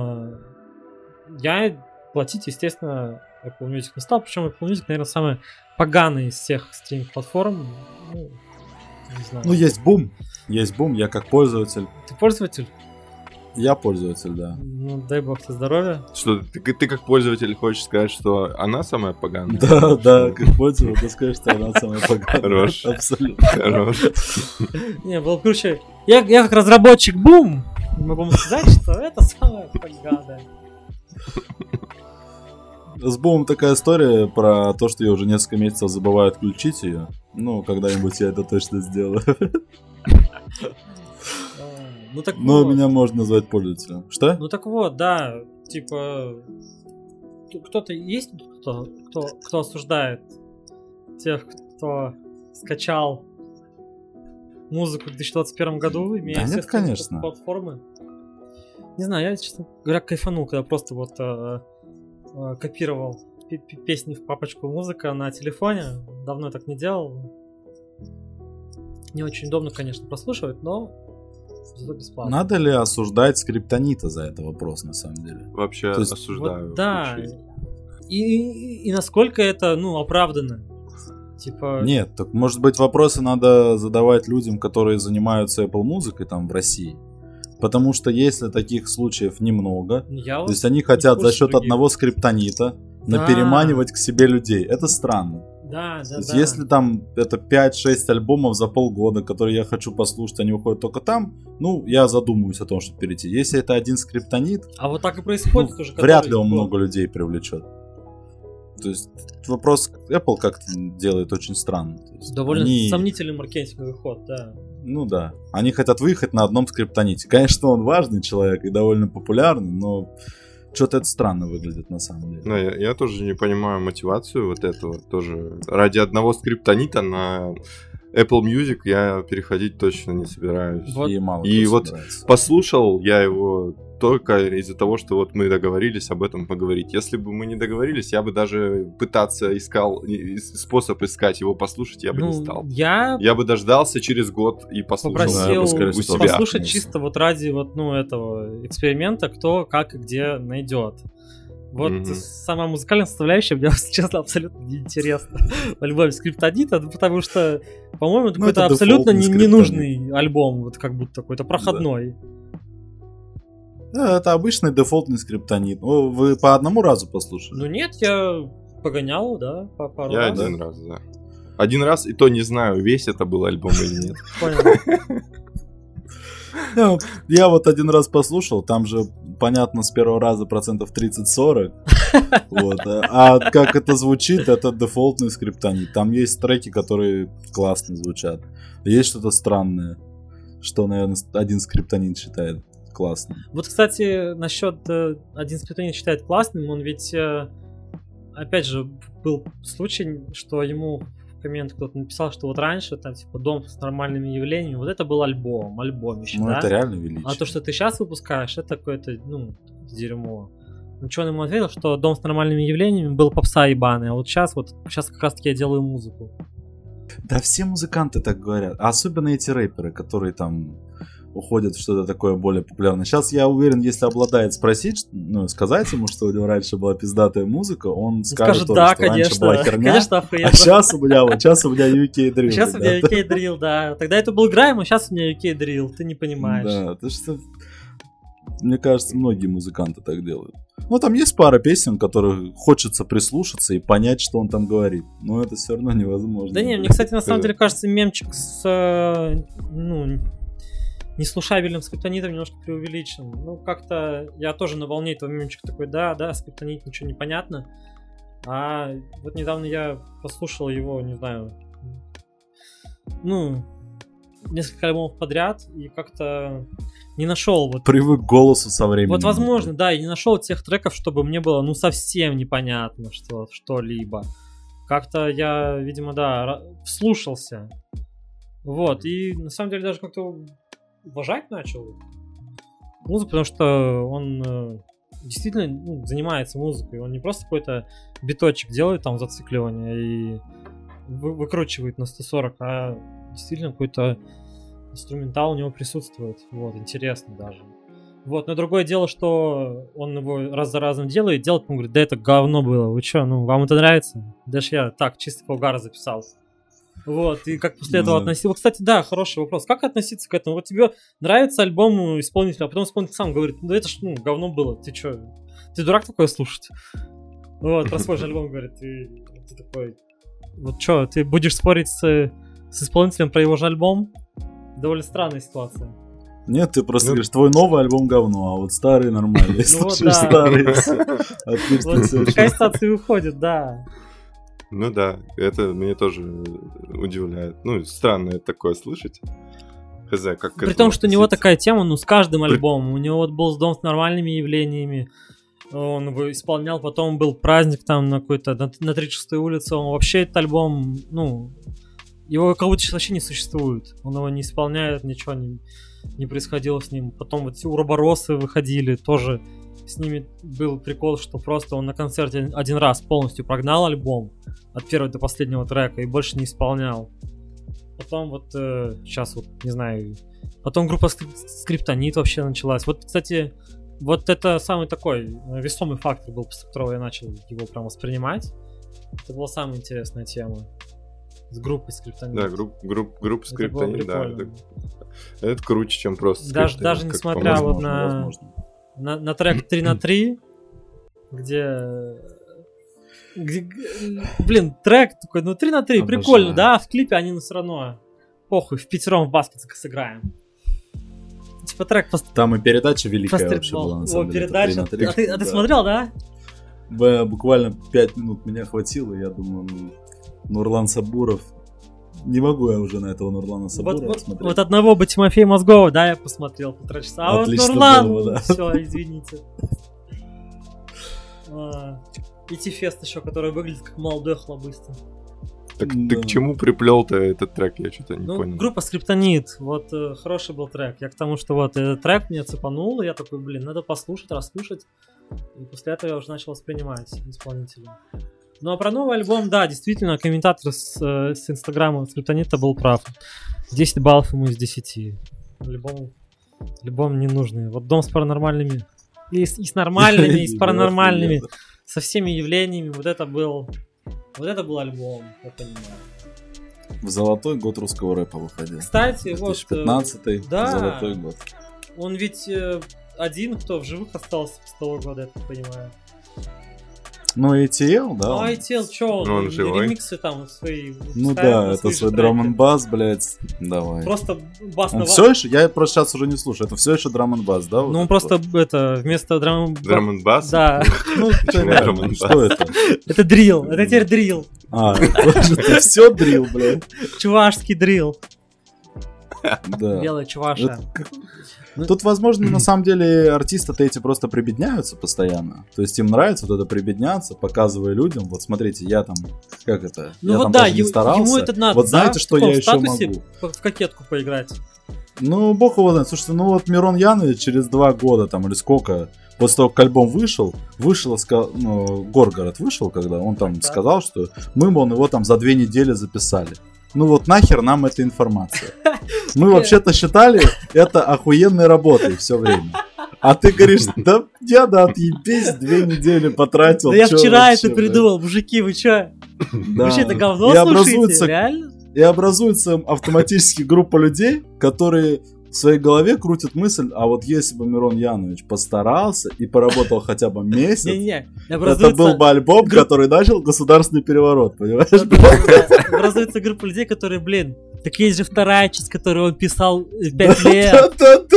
Я платить, естественно, Apple Music не стал. Причем Apple Music, наверное, самая поганая из всех стриминг-платформ. Ну, не знаю. Ну, есть бум, я как пользователь. Ты пользователь? Я пользователь, да. Ну, дай бог тебе здоровья. Что, ты как пользователь хочешь сказать, что она самая поганая? Да, как пользователь, ты скажешь, что она самая поганая. Хорош. Абсолютно. Хорош. Не, было круче. Я как разработчик бум, могу вам сказать, что это самая поганая. С бумом такая история про то, что я уже несколько месяцев забываю отключить ее. Ну, когда-нибудь я это точно сделаю. Ну, так но вот. Меня можно назвать пользователем. Что? Ну так вот, да, типа, кто-то есть, кто осуждает тех, кто скачал музыку в 2021 году, имея все конечно. Платформы. Не знаю, я, честно говоря, кайфанул, когда просто вот копировал песни в папочку музыка на телефоне. Давно я так не делал. Не очень удобно, конечно, прослушивать, но зато бесплатно. Надо ли осуждать скриптонита за это вопрос, на самом деле? Вообще осуждаю. Вот, да. И насколько это, ну, оправдано? Типа... Нет, так может быть вопросы надо задавать людям, которые занимаются Apple музыкой там в России. Потому что если таких случаев немного, то есть они хотят за счет одного скриптонита напереманивать к себе людей. Это странно. Да. Если там это 5-6 альбомов за полгода, которые я хочу послушать, они выходят только там, ну, я задумываюсь о том, чтобы перейти. Если это один скриптонит, а вот так и происходит, ну, уже, вряд ли он много людей привлечет. То есть вопрос Apple как-то делает очень странно. То есть довольно сомнительный маркетинговый ход, да. Ну да. Они хотят выехать на одном скриптоните. Конечно, он важный человек и довольно популярный, но что-то это странно выглядит на самом деле. Да, я тоже не понимаю мотивацию вот этого. Тоже ради одного скриптонита на Apple Music я переходить точно не собираюсь. Вот. И вот послушал я его только из-за того, что вот мы договорились об этом поговорить. Если бы мы не договорились, я бы даже искал способ искать его послушать, я бы не стал. Я бы дождался через год и послушал. Попросил послушать чисто вот ради вот, ну, этого эксперимента, кто как и где найдет. Вот сама музыкальная составляющая мне, честно, абсолютно неинтересна в альбоме скриптонита, потому что, по-моему, это какой-то абсолютно ненужный альбом, вот как будто какой-то проходной. Да, это обычный дефолтный скриптонит. Вы по одному разу послушали? Ну нет, я погонял, да, по пару раз. Я один раз, да. Один раз, и то не знаю, весь это был альбом или нет. Понял. Я вот один раз послушал, там же, понятно, с первого раза 30-40%. Вот. А как это звучит, это дефолтный скриптонит. Там есть треки, которые классно звучат. Есть что-то странное, что, наверное, один скриптонит считает классным. Вот, кстати, насчет один скриптонит считает классным, он ведь, опять же, был случай, что ему в коммент кто-то написал, что вот раньше там типа дом с нормальными явлениями, вот это был альбомище, ну, да? это реально величие. А то, что ты сейчас выпускаешь, это какое-то, дерьмо. Ну, что он ему ответил, что дом с нормальными явлениями был попса ебаная, а вот сейчас как раз-таки я делаю музыку. Да все музыканты так говорят, особенно эти рэперы, которые там уходят в что-то такое более популярное. Сейчас я уверен, если обладает спросить, сказать ему, что у него раньше была пиздатая музыка, он скажет тоже, да, что раньше была херня, конечно, а сейчас у меня UK Drill. Сейчас у меня UK Drill, да. Тогда это был Грайм, а сейчас у меня UK Drill, ты не понимаешь. Да, то что... Мне кажется, многие музыканты так делают. Ну, там есть пара песен, которых хочется прислушаться и понять, что он там говорит. Но это все равно невозможно. Да не, мне, кстати, на самом деле кажется, мемчик с, неслушабельным скриптонитом немножко преувеличен. Ну, как-то я тоже на волне этого мемчика такой, да, скриптонит, ничего не понятно. А вот недавно я послушал его, не знаю, несколько альбомов подряд и как-то не нашел вот... Привык к голосу со временем. Вот возможно, да, и не нашел тех треков, чтобы мне было, совсем непонятно что-либо. Как-то я, видимо, да, вслушался. Вот, и на самом деле даже как-то уважать начал музыку, потому что он действительно занимается музыкой. Он не просто какой-то биточек делает там зацикливание и выкручивает на 140, а действительно какой-то инструментал у него присутствует. Вот, интересно даже. Вот, но другое дело, что он его раз за разом делает, он говорит, да это говно было, вы чё, вам это нравится? Даже я так, чисто по угару записал. Вот, и как после этого относиться? Кстати, да, хороший вопрос. Как относиться к этому? Вот тебе нравится альбом исполнителя, а потом исполнитель сам говорит, да это ж, говно было, ты чё? Ты дурак такое слушать? Вот, про свой же альбом говорит, ты такой, вот чё, ты будешь спорить с исполнителем про его же альбом? Довольно странная ситуация. Нет, ты просто говоришь, твой новый альбом говно, а вот старый нормальный. Слушаешь старый. Вот такая ситуация выходит, да. Ну да, это меня тоже удивляет. Странно такое слышать. Хз, как при том, что у него такая тема, с каждым альбомом. У него вот был дом с нормальными явлениями. Он его исполнял, потом был праздник там на какой-то, на 36-й улице. Он вообще этот альбом, его как будто сейчас вообще не существует. Он его не исполняет, ничего не происходило с ним. Потом вот Уроборосы выходили, тоже с ними был прикол, что просто он на концерте один раз полностью прогнал альбом от первого до последнего трека и больше не исполнял. Потом вот сейчас вот, не знаю, потом группа Скриптонит вообще началась. Вот, кстати, вот это самый такой весомый фактор был, после которого я начал его прям воспринимать. Это была самая интересная тема. С группой Скриптонит. Да, группа Скриптонит, да. Это круче, чем просто Скриптонит. Даже несмотря вот на трек 3/3, где трек такой, 3/3, прикольно, да, в клипе они все равно похуй, впятером в баскет сыграем. Типа трек... Там и передача великая вообще была, на самом деле. Передача. А ты смотрел, да? Буквально 5 минут меня хватило, я думаю, Нурлан Сабуров. Не могу я уже на этого Нурлана Сабурова смотреть. Вот одного бы Тимофея Мозгова, да, я посмотрел 1,5 часа. А отлично вот Нурлан, было, да. Все, извините. И Тифест еще, который выглядит как молодой хлобыстый. Так ты к чему приплел-то этот трек? Я что-то не понял. Группа Скриптонит, вот хороший был трек. Я к тому, что вот этот трек меня цепанул, и я такой, надо послушать, расслушать. И после этого я уже начал воспринимать исполнителя. Ну а про новый альбом, да, действительно, комментатор с инстаграма Скриптонита был прав. 10 баллов ему из 10. Альбом ненужный. Вот дом с паранормальными, и с нормальными, и с паранормальными, со всеми явлениями, вот это был альбом, я понимаю. В золотой год русского рэпа выходил. Кстати, 2015-й, да, золотой год. Он ведь один, кто в живых остался с того года, я так понимаю. Ну, ATL, да? Ну, ATL, чё, он ремиксы там свои. Ну да, это свой драм-н-бас, блядь. Давай. Просто бас на бас. Все еще? Я просто сейчас уже не слушаю. Это все еще драм-н-бас, да? Ну, он просто это вместо драм-н-бас? Да. Ну, что это? Это дрил. Это теперь дрил. Это все дрил, блядь. Чувашский дрил. Да. Белая чуваша. Тут, возможно, на самом деле артисты-то эти просто прибедняются постоянно. То есть им нравится вот это прибедняться, показывая людям, вот смотрите, я там, как это, ну я вот там да, даже не старался. Ему это надо, вот знаете, что я еще могу? В кокетку поиграть. Ну, бог его знает. Слушайте, ну вот Мирон Янович через 2 года там или сколько, после того, как альбом вышел и сказал, ну, Горгород вышел, когда он там сказал, что мы, мол, его там за 2 недели записали. Ну вот нахер нам эта информация. Мы вообще-то считали это охуенной работой все время. А ты говоришь, да я отъебись, 2 недели потратил. Да я вчера это придумал, мужики, вы чё? Вы что, это говно слушаете, реально? И образуется автоматически группа людей, которые в своей голове крутят мысль, а вот если бы Мирон Янович постарался и поработал хотя бы месяц, это был бы альбом, который начал государственный переворот, понимаешь? Образуется группа людей, которые, блин, так есть же вторая часть, которую он писал 5 лет.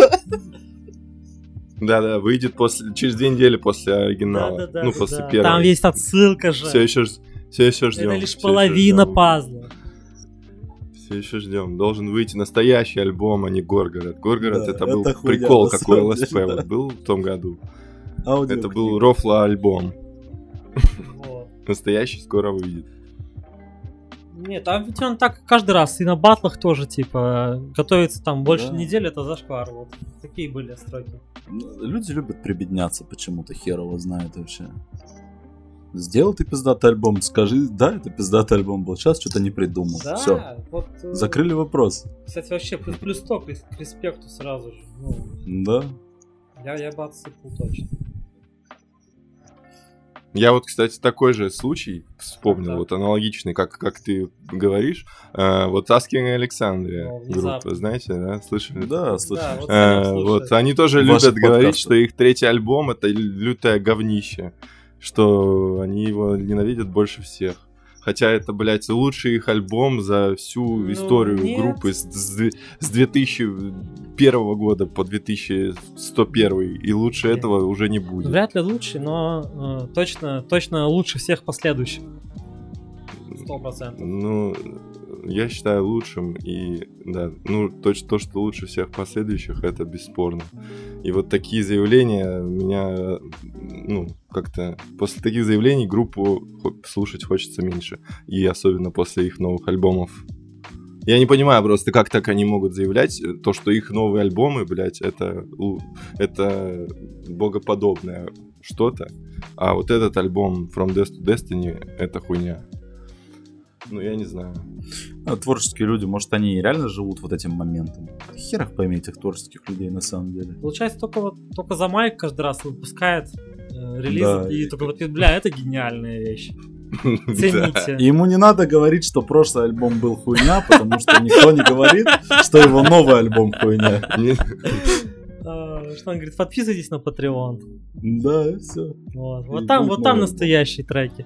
Да, выйдет через 2 недели после оригинала. Ну, после первого. Там есть отсылка же. Все еще ждем. Это лишь половина пазла. Все еще ждем. Должен выйти настоящий альбом, а не Горгород. Горгород это был прикол, какой ЛСП вот был в том году. Это был рофла-альбом. Настоящий скоро выйдет. Нет, а ведь он так каждый раз, и на батлах тоже, типа, готовится там больше недели, это зашквар, вот. Такие были строки. Люди любят прибедняться почему-то, хер его знает вообще. Сделал ты пиздатый альбом, скажи, да, это пиздатый альбом был, сейчас что-то не придумал. Да, все, вот, закрыли вопрос. Кстати, вообще, плюс 100 к респекту сразу же. Ну, да. Я бы отсыпал точно. Я вот, кстати, такой же случай вспомнил, вот аналогичный, как ты говоришь. Вот Asking Alexandria группа, знаете, да? Слышали? Да, слышали. Вот они тоже любят говорить, что их 3-й альбом — это лютое говнище, что они его ненавидят больше всех. Хотя это, блядь, лучший их альбом за всю историю группы с 2001 года по 2101. И лучше этого уже не будет. Вряд ли лучше, но точно лучше всех последующих. 100%. Ну, я считаю лучшим. И да, ну, то, что лучше всех последующих, это бесспорно. И вот такие заявления меня, ну, как-то после таких заявлений группу слушать хочется меньше. И особенно после их новых альбомов. Я не понимаю просто, как так они могут заявлять, то, что их новые альбомы, блядь, это богоподобное что-то, а вот этот альбом From Death to Destiny — это хуйня. Ну, я не знаю. А творческие люди, может, они реально живут вот этим моментом? Хер их пойми, этих творческих людей на самом деле. Получается, только за майк каждый раз выпускает релиз, и только вот, бля, это гениальная вещь. Цените. Ему не надо говорить, что прошлый альбом был хуйня, потому что никто не говорит, что его новый альбом хуйня. Что он говорит, подписывайтесь на Patreon. Да, и все. Вот там настоящие треки.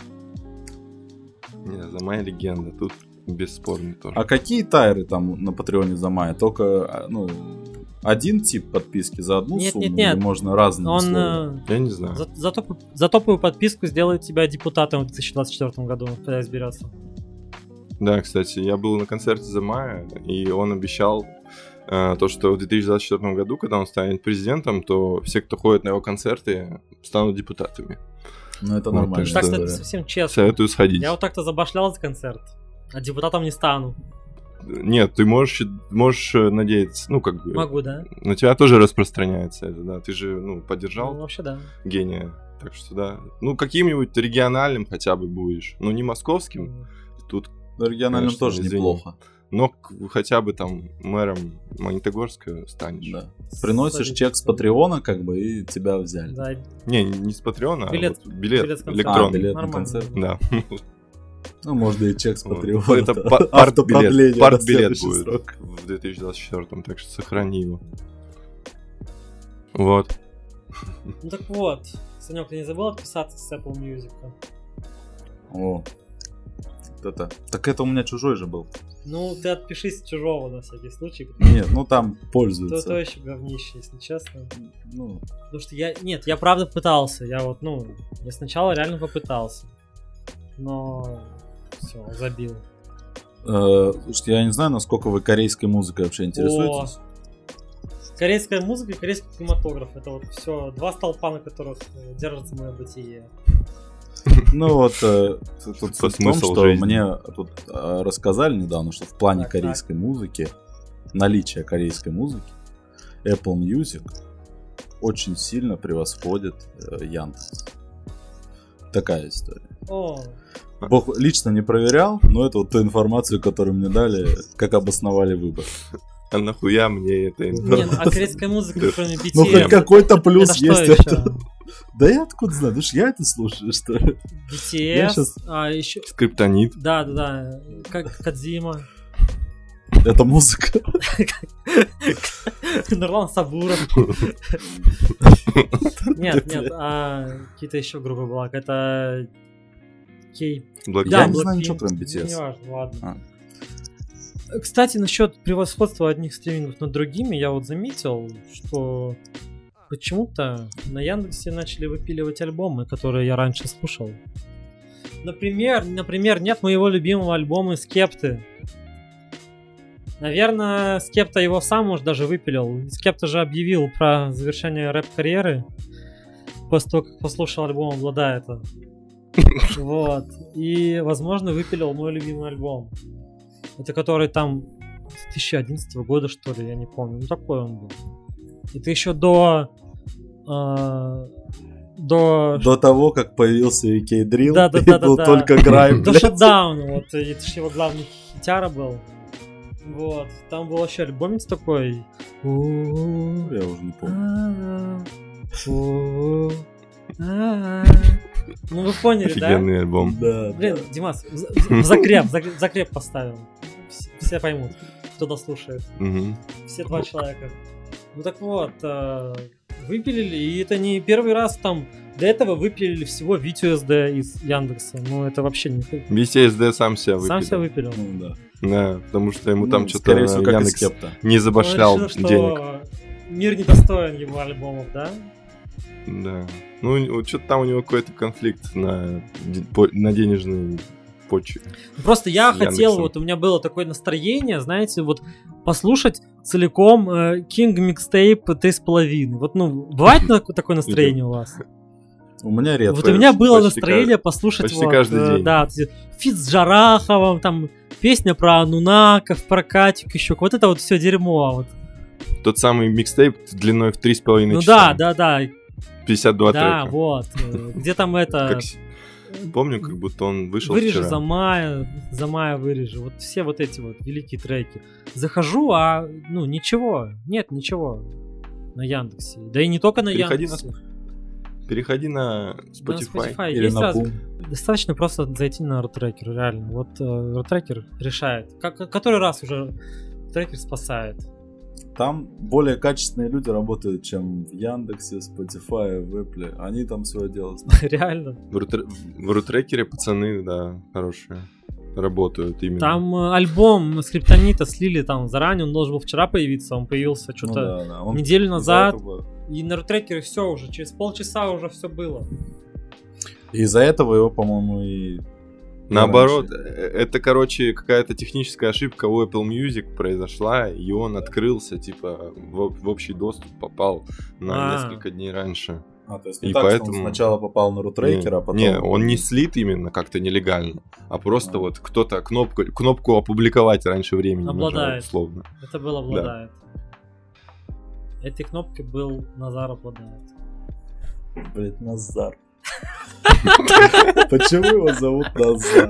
Не, за Май легенда, тут бесспорно тоже. А какие тайры там на Патреоне за Мая? Только, ну, один тип подписки за одну сумму? Или можно разные условия? Я не знаю. За топовую подписку сделают тебя депутатом в 2024 году, когда изберется. Да, кстати, я был на концерте за Мая, и он обещал то, что в 2024 году, когда он станет президентом, то все, кто ходит на его концерты, станут депутатами. Ну, это нормально. Так, кстати, совсем честно. Советую сходить. Я вот так-то забашлял за концерт, а депутатом не стану. Нет, ты можешь надеяться, ну, как бы... Могу, да. На тебя тоже распространяется это, да. Ты же, ну, поддержал вообще, да. Гения. Так что, да. Ну, каким-нибудь региональным хотя бы будешь. Ну, не московским. Тут, региональным, конечно, тоже неплохо. Но хотя бы там мэром Магнитогорска станешь. Да. Приносишь чек с Патреона, как бы, и тебя взяли. Да. Не с Патреона, билет, а вот билет электронный. Билет на концерт. Да. Ну, можно и чек с Патреона. Это партбилет будет в 2024, так что сохрани его. Вот. Ну так вот, Санек, ты не забыл отписаться с Apple Music? О, это. Так это у меня чужой же был. Ну, ты отпишись с чужого на всякий случай. Нет, ну там пользуются. То еще говнище, если честно. Ну. Потому что я правда пытался. Я сначала реально попытался. Но все, забил. Слушайте, я не знаю, насколько вы корейской музыкой вообще интересуетесь. Корейская музыка и корейский кинематограф. Это вот все два столпа, на которых держится мое бытие. Ну вот, тут смысл в том, что жизни. Мне тут рассказали недавно, что в плане корейской музыки, наличие корейской музыки, Apple Music очень сильно превосходит Яндекс. Такая история. Бог лично не проверял, но это вот ту информацию, которую мне дали, как обосновали выбор. А нахуя мне это информация? Нет, а корейская музыка, кроме BTS... Ну хоть какой-то плюс это есть. Это. Да я откуда знаю, думаешь, я это слушаю, что ли? BTS, еще... Скриптонит. Да, как Кодзима. Это музыка. Нурлан Сабуров. Нет, какие-то еще группы была, какая-то... Я не знаю ничего, кроме BTS. Не важно, ладно. Кстати, насчет превосходства одних стримингов над другими, я вот заметил, что почему-то на Яндексе начали выпиливать альбомы, которые я раньше слушал. Например, нет моего любимого альбома Скепты. Наверное, Скепта его сам, может, даже выпилил. Скепта же объявил про завершение рэп-карьеры после того, как послушал альбом «Обладает». Вот. И, возможно, выпилил мой любимый альбом. Это который там 2011 года, что ли, я не помню. Ну, такой он был. Это еще до того, как появился UK Drill, да, был только Грайм. До шатдауна, вот, это же его главный хитяра был. Вот, там был вообще альбомец такой. Я уже не помню. Ну вы поняли, офигенный альбом. Да. Блин, Димас, в закреп поставил. Все поймут, кто дослушает. Все два человека. Ну так вот, выпилили, и это не первый раз там. До этого выпилили всего Витю СД из Яндекса. Ну это вообще не... Витя СД сам себя выпилил. Сам себя выпилил. Ну да. Да, потому что ему там что-то Яндекс не забашлял денег. Мир недостоин его альбомов, да? Да. Ну, что-то там у него какой-то конфликт на денежной почве. Просто я хотел, вот у меня было такое настроение, знаете, вот послушать целиком King Mixtape 3,5. Вот, бывает такое настроение у вас? У меня редко. Вот у меня было настроение послушать почти каждый день. Да, фит с Джараховым, там песня про Анунаков, про Катик еще. Вот это вот все дерьмо. Вот. Тот самый микстейп длиной в 3,5 часа. Ну да. 52 трека. Да, вот. Где там это... Помню, как будто он вышел вырежи вчера. за мая вырежи. Вот все вот эти вот великие треки. Захожу, ничего. Нет, ничего на Яндексе. Да и не только на Яндексе. Переходи на Spotify. Или на Boom. Достаточно просто зайти на Рутрекер, реально. Вот Рутрекер решает. Который раз уже Рутрекер спасает. Там более качественные люди работают, чем в Яндексе, Spotify, в Apple. Они там свое дело знают. Реально. В Рутрекере пацаны, да, хорошие. Работают именно. Там альбом Скриптонита слили там заранее, он должен был вчера появиться, он появился что-то неделю назад. И на Рутрекере все уже, через полчаса уже все было. Из-за этого его, по-моему, и... Наоборот, это, какая-то техническая ошибка у Apple Music произошла, и он открылся, в общий доступ попал на несколько дней раньше. То есть не так, поэтому... что он сначала попал на Рутрекер, а потом... Не, он не слит именно как-то нелегально, а просто вот кто-то кнопку опубликовать раньше времени обладает. Нажал, условно. Это был обладает. Да. Этой кнопкой был Назар обладает. Блять, Назар. Почему его зовут Назар?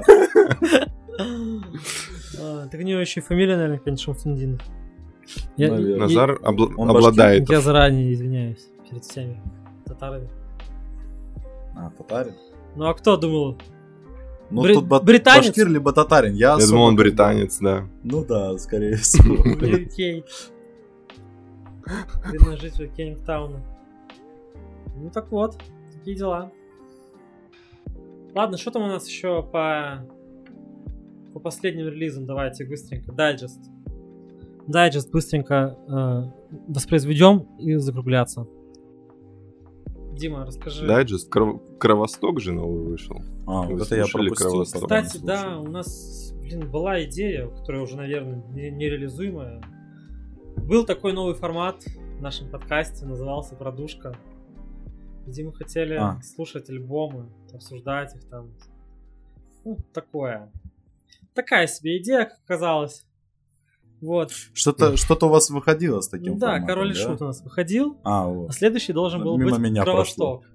Так у него еще и фамилия, наверное, конечно, Шамсудинов. Назар обладает. Я заранее извиняюсь перед всеми татарами. Татарин? Ну а кто думал? Ну тут британец? Башкир либо татарин. Я думал, он британец, да. Ну да, скорее всего. UK. Видно житель Кеннингтауна. Ну так вот, такие дела. Ладно, что там у нас еще по последним релизам? Давайте быстренько. Дайджест быстренько воспроизведем и закругляться. Дима, расскажи. Дайджест, Кровосток же новый вышел. Вот это я пропустил. Кстати, да, у нас, была идея, которая уже, наверное, нереализуемая. Был такой новый формат в нашем подкасте, назывался «Продушка», где мы хотели слушать альбомы, обсуждать их там. Ну, такое. Такая себе идея, как оказалось. Вот. Что-то у вас выходило с таким форматом, да? Король и Шут у нас выходил, вот. А следующий должен был мимо быть меня Кровосток.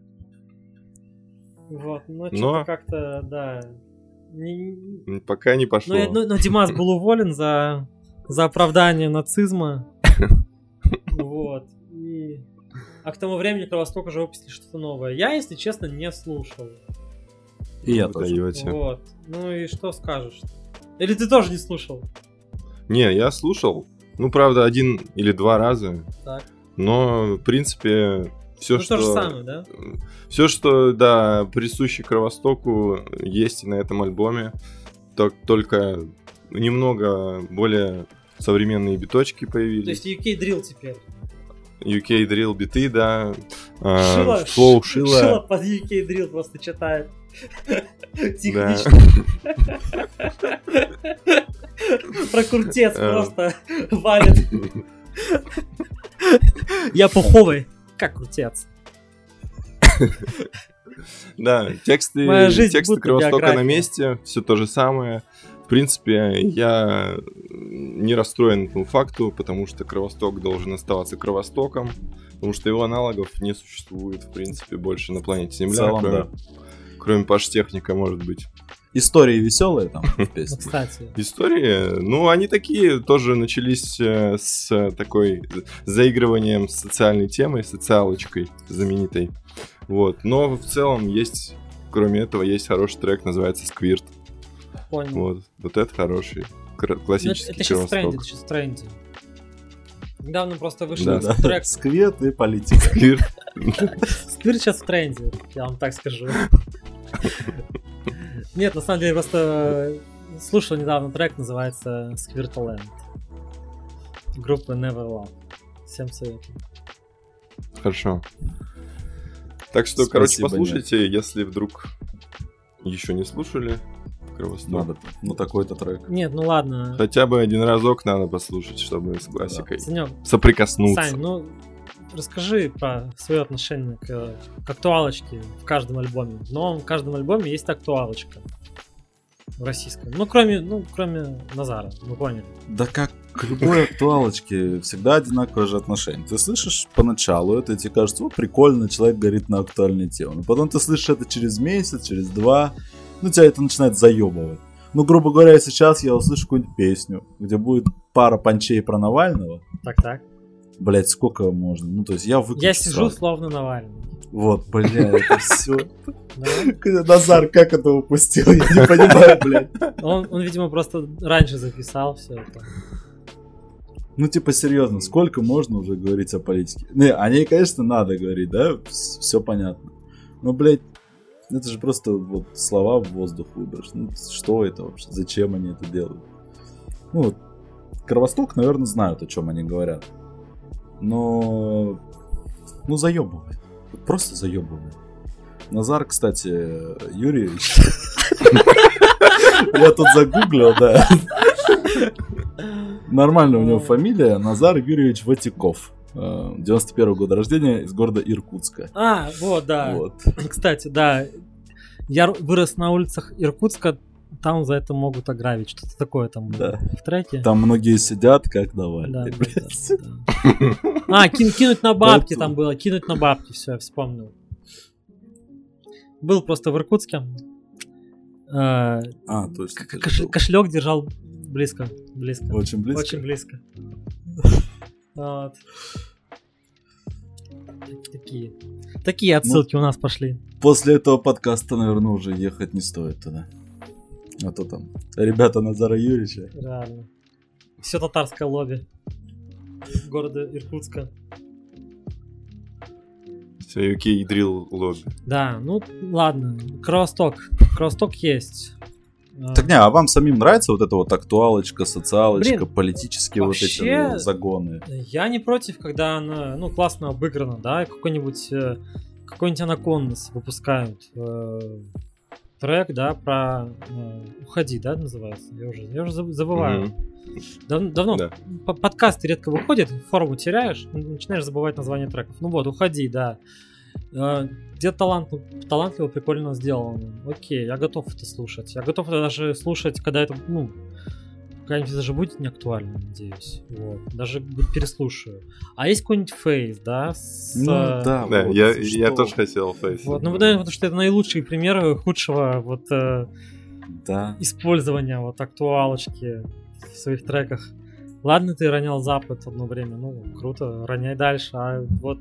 Вот, но что-то как-то, да. Пока не пошло. Но Димас был уволен за оправдание нацизма. Вот. А к тому времени Кровосток уже выпустили что-то новое. Я, если честно, не слушал. И я тоже. Вот. Ну и что скажешь? Или ты тоже не слушал? Не, я слушал. Ну, правда, 1 или 2 раза. Так. Но, в принципе, все, что... то же самое, да? Все, что, да, присуще Кровостоку, есть и на этом альбоме. Только немного более современные биточки появились. То есть UK Drill теперь? UK Drill биты, да. Флоу Шила под UK Drill просто читает. Технично. Про Крутец просто валит. Я пуховый, как Крутец. Да, тексты Кровостока на месте, все то же самое. В принципе, я не расстроен этому факту, потому что Кровосток должен оставаться Кровостоком, потому что его аналогов не существует, в принципе, больше на планете Земля, целом, кроме Паштехника, может быть. Истории веселые там в песне. Кстати. Истории, ну, они такие тоже начались с такой заигрыванием с социальной темой, социалочкой знаменитой. Вот. Но в целом есть, кроме этого, есть хороший трек, называется «Сквирт». Понял. Вот это хороший, классический Кровосток. Это сейчас в тренде. Недавно просто вышел трек. Сквирт и политика. Сквирт сейчас в тренде, я вам так скажу. Нет, на самом деле, просто слушал недавно трек, называется Squirtland. Группа Never Love. Всем советую. Хорошо. Так что, послушайте, если вдруг еще не слушали Кровосток. Надо, такой-то трек. Нет, ну ладно. Хотя бы один разок надо послушать, чтобы с классикой Санёк, соприкоснуться. Сань, расскажи про свое отношение к актуалочке в каждом альбоме. В новом каждом альбоме есть актуалочка в российском. Кроме Назара, вы поняли. Да как к любой актуалочке всегда одинаковое же отношение. Ты слышишь поначалу это, и тебе кажется, прикольно, человек говорит на актуальную тему. Но потом ты слышишь это через месяц, через 2, тебя это начинает заебывать. Грубо говоря, сейчас я услышу какую-нибудь песню, где будет пара панчей про Навального. Так. Блять, сколько можно? То есть я выключу. Я сижу словно Навальный. Вот, это все. Назар, как это упустил? Я не понимаю, блядь. Он, видимо, просто раньше записал все это. Серьезно, сколько можно уже говорить о политике? О ней, конечно, надо говорить, да? Все понятно. Но, блядь, это же просто слова в воздух выбрать. Что это вообще? Зачем они это делают? Кровосток, наверное, знают, о чем они говорят. Но заебывает. Просто заебывает. Назар, кстати, Юрьевич. Я тут загуглил, да. Нормально у него фамилия. Назар Юрьевич Ватиков. 91-го года рождения, из города Иркутска. Вот, да. Кстати, да. Я вырос на улицах Иркутска. Там за это могут ограбить. Что-то такое там было в треке. Там многие сидят, как давали. Да. Кинуть на бабки там было. Кинуть на бабки, все, я вспомнил. Был просто в Иркутске. Точно. Кошелек держал близко. Очень близко? Очень близко. Вот. Такие отсылки у нас пошли. После этого подкаста, наверное, уже ехать не стоит туда. А то там ребята Назара Юрьевича. Реально. Все татарское лобби города Иркутска. Все, UK Drill лобби. Да, ну ладно, Кровосток есть. Так не, а вам самим нравится вот эта вот актуалочка, социалочка, политические вообще, вот эти загоны? Я не против, когда она, ну, классно обыграна, да, какой-нибудь Анакондас выпускают трек, да, про «Уходи», да, называется? Я уже забываю. Давно Да. Подкасты редко выходят, форму теряешь, начинаешь забывать название треков. Ну вот, «Уходи», да. Где талантливо, прикольно сделано. Окей, я готов это слушать. Я готов это даже слушать, когда это, ну, когда-нибудь даже будет не актуально, надеюсь. Вот. Даже переслушаю. А есть какой-нибудь Фейс, да? Да, вот, я тоже хотел Фейс. Вот, ну, наверное, потому что это наилучший пример худшего вот использования вот актуалочки в своих треках. Ладно, ты ронял Запад одно время, ну, круто, роняй дальше. А вот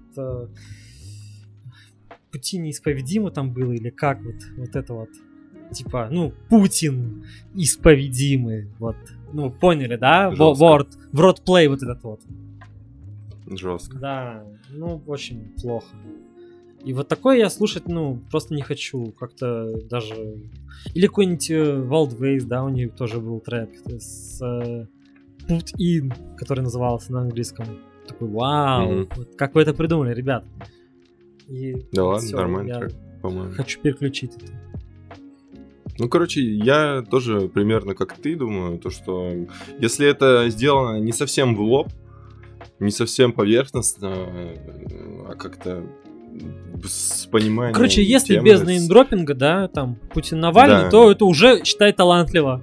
пути неисповедимы там было, или как вот это вот, типа, ну, Путин исповедимый, вот, ну, поняли, да? Wordplay вот этот вот. Жестко. Да, ну, очень плохо. И вот такое я слушать, ну, просто не хочу, как-то даже... Или какой-нибудь Wildways, да, у них тоже был трек с Put In, который назывался на английском. Такой, вау, вот как вы это придумали, ребят? И да ладно, всё, нормальный я трек, по-моему. Хочу переключить это. Ну, короче, я тоже примерно как ты думаю, то что если это сделано не совсем в лоб, не совсем поверхностно, а как-то с пониманием. Короче, если темы, без неймдропинга, да, там Путин Навальный, да, то это уже, считай, талантливо.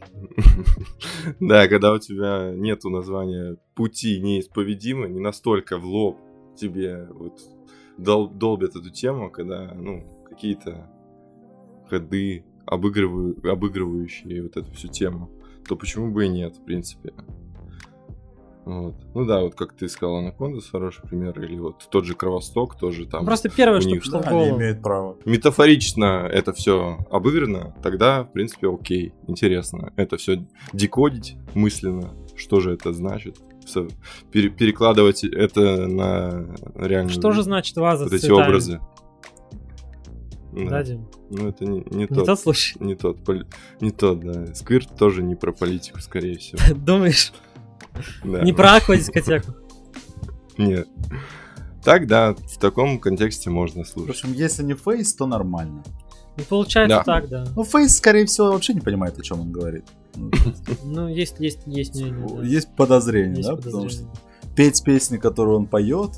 Да, когда у тебя нету названия «Пути неисповедимы», не настолько в лоб тебе вот долбят эту тему, когда, ну, какие-то ходы, обыгрывающие вот эту всю тему, то почему бы и нет, в принципе. Вот. Ну да, вот как ты сказал, Анакондас хороший пример, или вот тот же Кровосток тоже там. Просто первое, что пришло в голову. Они имеют право. Метафорично это все обыграно, тогда, в принципе, окей, интересно. Это все декодить мысленно, что же это значит, перекладывать это на реальные. Что же значит ваза вот с эти цветами? образы. Да, Дим? Ну, это не тот случай. Не тот, да. Сквирт тоже не про политику, скорее всего. Думаешь? Да. Не про аквадискотеку? Нет. Так, да, в таком контексте можно слушать. В общем, если не Фейс, то нормально. Ну, получается так, да. Ну, Фейс, скорее всего, вообще не понимает, о чем он говорит. Ну, есть мнение, да. Есть подозрение, Есть да? подозрение. Потому что петь песни, которые он поет...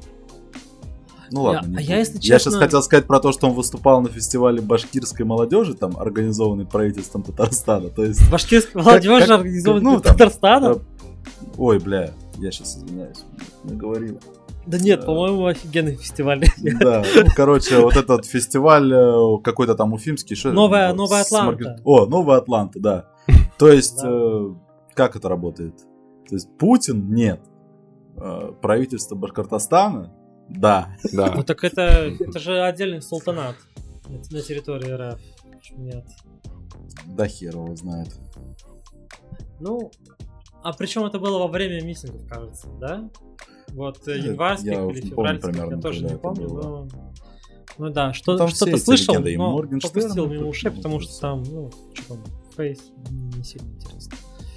Ну ладно, если честно... Я сейчас хотел сказать про то, что он выступал на фестивале башкирской молодежи, там, организованный правительством Татарстана. То есть... Башкирской молодежи, организованный Татарстаном? Ой, бля, я сейчас извиняюсь, наговорил. Да нет, по-моему, офигенный фестиваль. Да, ну, короче, вот этот фестиваль какой-то там уфимский. Новая Атланта. Новая Атланта, да. То есть, как это работает? То есть, Путин? Нет. Правительство Башкортостана? Да. Ну так это же отдельный султанат на территории РФ. Почему нет? Да хер его знает. Ну, а причем это было во время митингов, кажется, да? Вот январских или февральских, я тоже не помню, но... Ну да, что-то слышал, но пропустил мимо ушей, потому что там, ну, что там, Фейс, не сильно интересно.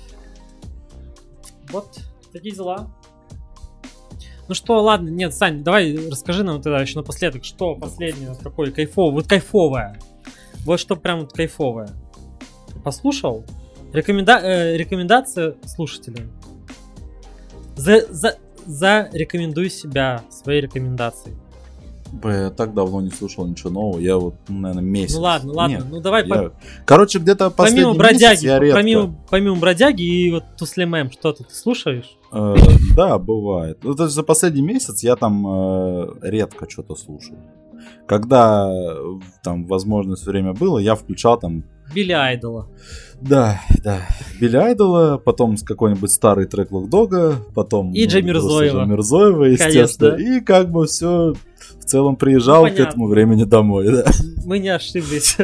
Вот, такие дела. Ну что, ладно, нет, Сань, давай расскажи нам тогда еще напоследок, что последнее, какое кайфовое, вот кайфовое. Вот что прям вот кайфовое. Послушал? Рекомендация слушателям. Зарекомендуй себя, свои рекомендации. Я так давно не слушал ничего нового, я вот, наверное, месяц. Ну ладно, Нет, ну давай. Короче, где-то последний месяц я редко. Помимо Бродяги и вот Туслимэм, что-то ты слушаешь? Да, бывает. Ну, то есть за последний месяц я там редко что-то слушаю. Когда там возможность, время было, я включал там... Билли Айдола. Да. Билли Айдола, потом какой-нибудь старый трек Локдога, потом... И Джей Мирзоева, естественно. Конечно. И как бы все в целом приезжал к этому времени домой, да. Мы не ошиблись.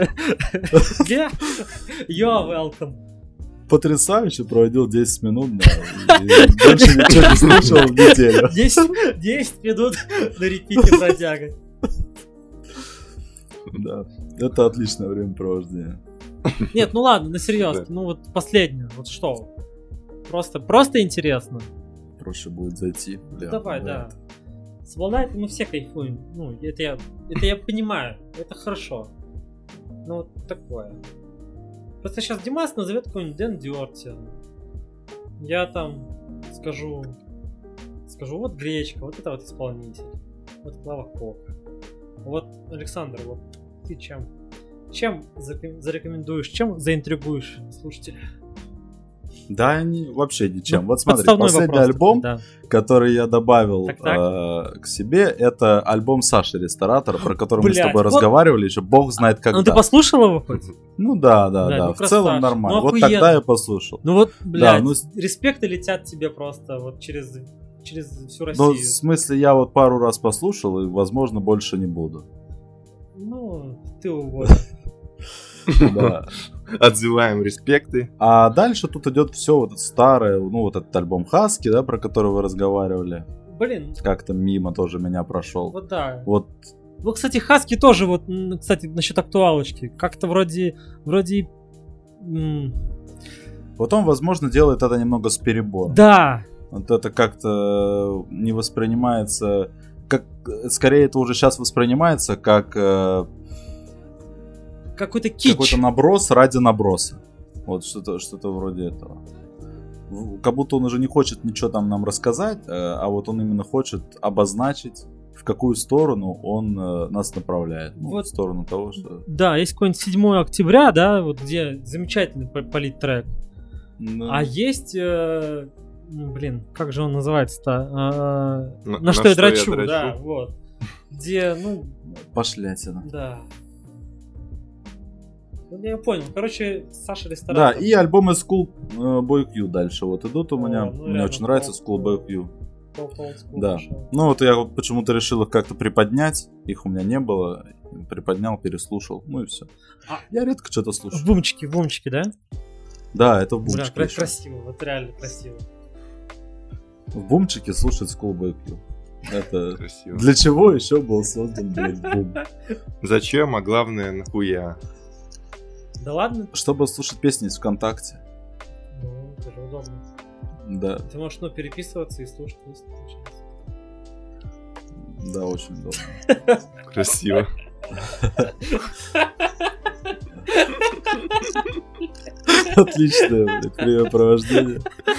You're welcome. Потрясающе, проводил 10 минут, да, и больше ничего не слушал в неделю. 10 минут на репите Бродяга. Да, это отличное времяпровождение. Нет, ну ладно, на серьезно. Ну вот последнее, вот что? Просто интересно. Проще будет зайти. Давай, да. С Волнайта мы все кайфуем. Ну, это я понимаю. Это хорошо. Ну, вот такое. Просто сейчас Димас назовет какой-нибудь Дэн Дёрти. Я там скажу, вот Гречка, вот это вот исполнитель. Вот Клава Кока. Вот, Александр, вот ты чем зарекомендуешь, чем заинтригуешь слушателя? Да, вообще ничем. Вот смотри, подставной последний вопрос альбом, такой, да. который я добавил Так. к себе, это альбом Саши Ресторатор, про который мы с Блядь, тобой вот- разговаривали еще, бог знает когда. Ну ты послушал его хоть? Ну да, ну, в красавчик. целом нормально. Ну, Вот охуенно. тогда я послушал. Ну вот, блядь, ну, респекты летят тебе просто вот через всю Ну, Россию. в смысле, я вот пару раз послушал, и, возможно, больше не буду. Ну, ты уволен. Да. Отзываем респекты. А дальше тут идет все вот это старое, ну вот этот альбом Хаски, да, про который вы разговаривали. Блин, Как-то мимо тоже меня прошел. вот да. Вот, Ну, кстати, Хаски тоже, вот, кстати, насчет актуалочки. Как-то вроде... вот он, возможно, делает это немного с перебором. Да, Вот это как-то не воспринимается, как, скорее это уже сейчас воспринимается как какой-то кич. какой-то наброс ради наброса. Вот что-то вроде этого. Как будто он уже не хочет ничего там нам рассказать, а вот он именно хочет обозначить, в какую сторону он нас направляет. Ну, Вот. в сторону того, что... Да, есть какой-нибудь 7 октября, да, вот где замечательный политтрек. Ну, А есть... блин, как же он называется-то? На На что я дрочу, да, дрочу. вот. Где, ну, пошлятина. да. Ну, я понял. Короче, Саша Да, Ресторатор. и альбомы School Boy Q дальше вот идут у меня. ну, Мне реально, очень нравится по- School Boy Q. По олдскулу Да. пошел. Ну вот я вот почему-то решил их как-то приподнять. Их у меня не было. Приподнял, переслушал. Ну и все. А- Я редко что-то В слушаю. бумчике, да? Да, это в Бля, бумчике. еще. красиво, вот реально красиво. В бумчике слушать School Boy Q. Это... Красиво. Для чего еще был создан, блядь, бум? Зачем, а главное, нахуя? Да ладно? Чтобы слушать песни из ВКонтакте. Ну, это же удобно. Да, Ты можешь, переписываться и слушать песни, получается. да, очень удобно. Красиво. Отличное, блядь, времяпровождение.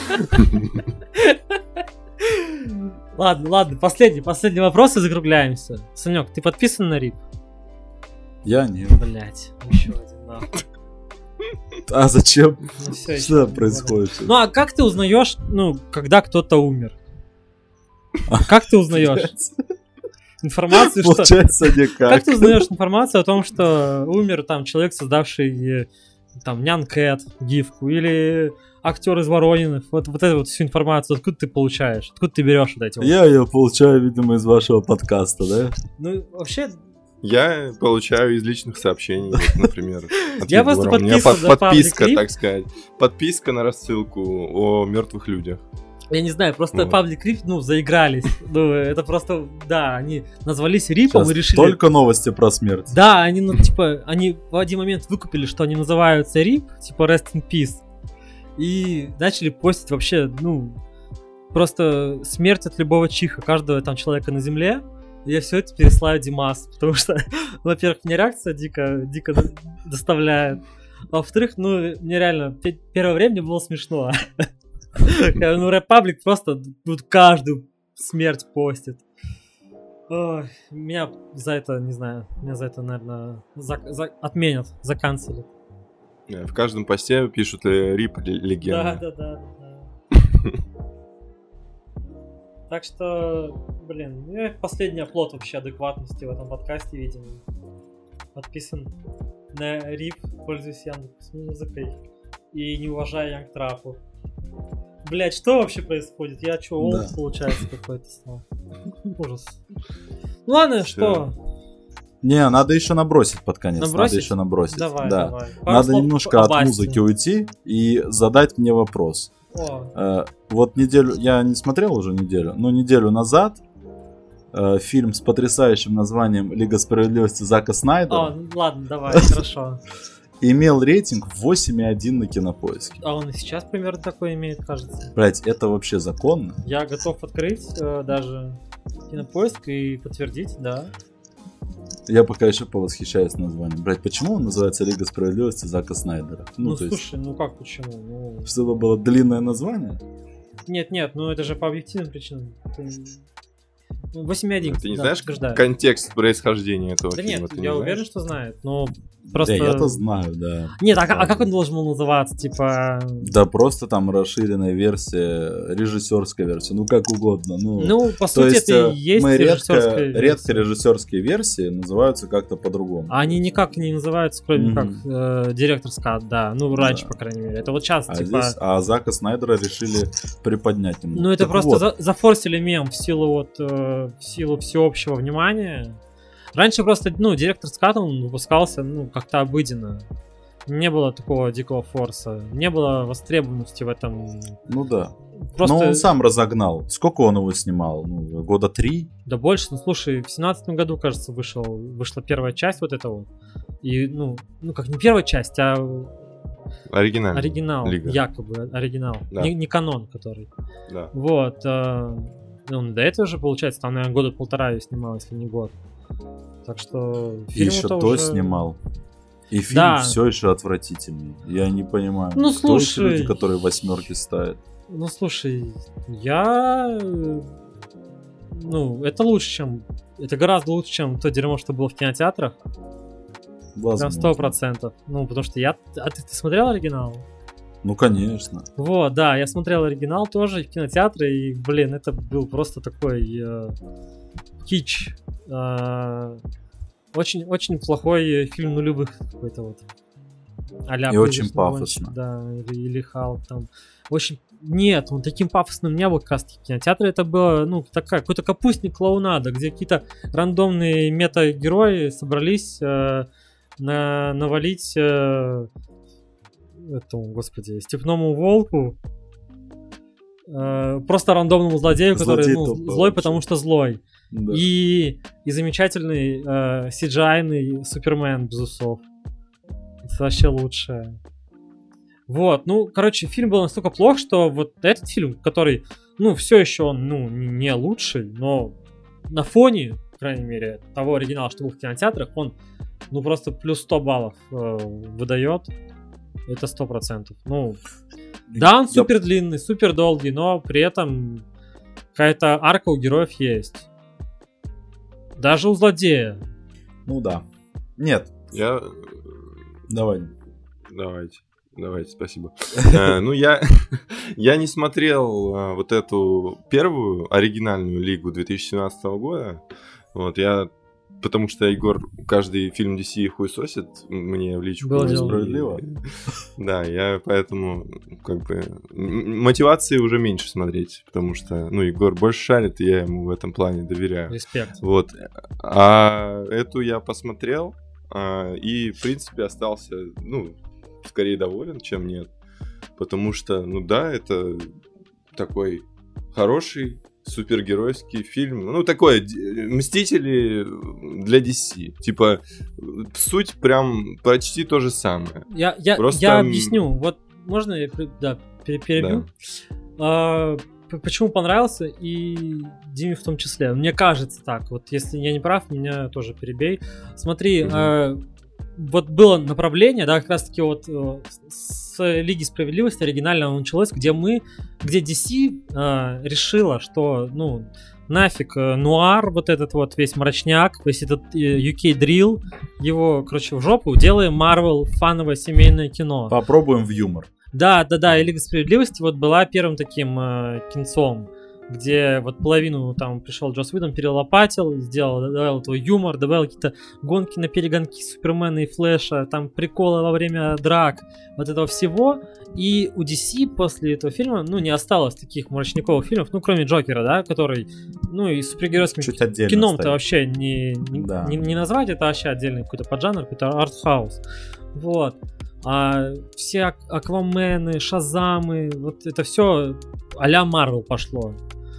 Ладно, последний вопрос и закругляемся. Санек, ты подписан на РИП? Я нет. Блять, еще один, нахуй. А зачем? Ну, всё, Что ещё там происходит? Ну а как ты узнаешь, когда кто-то умер? Как ты узнаешь информацию, что... Получается никак. Как ты узнаешь информацию о том, что умер там человек, создавший там Нян Кэт, гифку, или актер из Ворониных? Вот эту вот всю информацию, откуда ты получаешь? Откуда ты берешь вот эти вот? Я ее получаю, видимо, из вашего подкаста, да? Ну, вообще, Я получаю из личных сообщений, вот, например. от Я просто Егора. У меня подписан на подписка, Public так сказать. Подписка на рассылку о мертвых людях. я не знаю, просто Вот. Public RIP, заигрались. Ну, это просто, да, они назвались рипом Сейчас и решили... только новости про смерть. Да, они, они в один момент выкупили, что они называются RIP, типа Rest in Peace, и начали постить вообще, просто смерть от любого чиха, каждого там человека на земле. И я все это переслаю Димасу, потому что, во-первых, мне реакция дико доставляет, а во-вторых, мне реально первое время было смешно. Рэп Паблик просто каждую смерть постит. Ой, меня за это, не знаю, наверное, отменят, заканцелят. В каждом посте пишут рип легенды. Да. Так что, блин, последний оплот вообще адекватности в этом подкасте, видимо. Подписан на рип, пользуюсь Яндекс.Музыкой и не уважаю Янгтрапу. Блять, что вообще происходит? Я чё, олд, получается, какой-то стал? Ужас. Ну ладно, что? Не, надо еще набросить под конец. Набросить? Надо еще набросить. Давай. Надо Пару немножко слов от об Асте. музыки уйти и задать мне вопрос. О, Вот неделю, я не смотрел уже неделю, но неделю назад фильм с потрясающим названием «Лига справедливости» Зака Снайдера. Ладно, давай, хорошо. Имел рейтинг 8,1 на Кинопоиске. А он и сейчас примерно такой имеет, кажется. Блять, это вообще законно? Я готов открыть даже Кинопоиск и подтвердить, да. Я пока еще повосхищаюсь названием. Блять, почему он называется «Лига справедливости» Зака Снайдера? Слушай, как почему? Чтобы было длинное название? Нет, это же по объективным причинам. 8.1. Ты не знаешь контекст происхождения этого фильма? Да нет, я уверен, что знает, но просто... Да, я-то знаю, да. Нет, а как он должен был называться, типа... Да просто там расширенная версия, режиссерская версия, как угодно. По сути, это и есть режиссерская версия. Редко режиссерские версии называются как-то по-другому. Они никак не называются, кроме как директорский кат, да. Раньше, по крайней мере. Это вот сейчас, А Зака Снайдера решили приподнять немного. Это просто зафорсили мем в силу всеобщего внимания. Раньше просто, директор с катом выпускался, как-то обыденно. Не было такого дикого форса. Не было востребованности в этом. Да. Просто... Но он сам разогнал. Сколько он его снимал? 3 года? Да больше. Слушай, в 17-м году, кажется, вышла первая часть вот этого. И, как не первая часть, а... Оригинал. Лига. Якобы оригинал. Да. Не канон, который. Да. Вот. До этого же, получается, там, наверное, 1.5 года я снимал, если не год. Так что... И еще то снимал. И фильм все еще отвратительный. Я не понимаю. Кто эти люди, которые 8 ставят? Слушай, это лучше, чем... Это гораздо лучше, чем то дерьмо, что было в кинотеатрах. Возможно. 100%. Потому что я... А ты смотрел оригинал? Конечно. Вот, да, я смотрел оригинал тоже в кинотеатре, и, это был просто такой кич. Очень, очень плохой фильм нулевых какой-то вот. И очень пафосно. Да, или Халк там. Очень... Нет, он таким пафосным не был как раз в кинотеатре. Это было, какой-то капустник клоунада, где какие-то рандомные мета-герои собрались навалить степному волку, просто рандомному злодею, который злой, потому что злой. Да. И замечательный CGI-ный Супермен без усов. Это вообще лучшее. Вот, фильм был настолько плох, что вот этот фильм, который, все еще он, не лучший, но на фоне, по крайней мере, того оригинала, что был в кинотеатрах, он, просто плюс 100 баллов выдает. Это 100%. Да, он супер длинный, супер долгий, но при этом какая-то арка у героев есть. Даже у злодея. Да. Нет. Давайте, спасибо. Я не смотрел вот эту первую оригинальную Лигу 2017 года. Потому что Егор каждый фильм DC хуесосит мне в личку. Справедливо. Да, я поэтому мотивации уже меньше смотреть, потому что, Егор больше шарит, и я ему в этом плане доверяю. Респект. Вот. А эту я посмотрел, и, в принципе, остался, скорее доволен, чем нет. Потому что, это такой хороший супергеройский фильм. Такой Мстители для DC. Типа, суть прям почти то же самое. Я объясню. Вот можно я перебью? Да. Почему понравился, и Диме в том числе. Мне кажется так. Вот если я не прав, меня тоже перебей. Смотри, вот было направление, да, как раз таки вот с Лиги Справедливости оригинально началось, где DC решила, что, нафиг нуар, вот этот вот весь мрачняк, весь этот UK Drill, его, в жопу, делаем Marvel фановое семейное кино. Попробуем в юмор. Да, и Лига Справедливости вот была первым таким кинцом, где вот половину там пришел Джосс Уидон, перелопатил, добавил этого юмор, добавил какие-то гонки на перегонки Супермена и Флэша, там приколы во время драк, вот этого всего. И у DC после этого фильма, не осталось таких мрачниковых фильмов, кроме Джокера, да, который, и супергеройским кином-то вообще не назвать, это вообще отдельный какой-то поджанр, какой-то артхаус. Вот. А все Аквамены, Шазамы, вот это все а-ля Марвел пошло.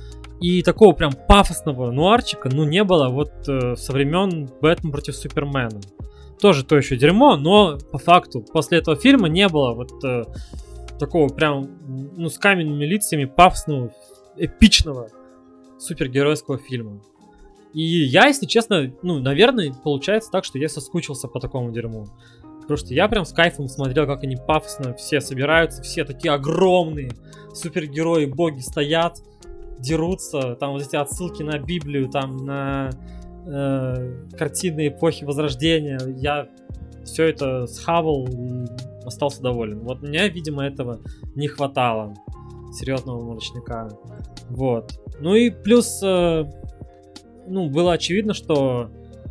И такого прям пафосного нуарчика, не было вот со времен Бэтмен против Супермена. Тоже то еще дерьмо, но по факту после этого фильма не было вот такого прям, с каменными лицами пафосного, эпичного супергеройского фильма. И я, если честно, наверное, получается так, что я соскучился по такому дерьму. Потому что я прям с кайфом смотрел, как они пафосно все собираются, все такие огромные супергерои, боги стоят, дерутся, там вот эти отсылки на Библию, там на картины эпохи Возрождения. Я все это схавал и остался доволен. Вот мне, видимо, этого не хватало, серьезного мрачняка. Вот. Ну и плюс, было очевидно, что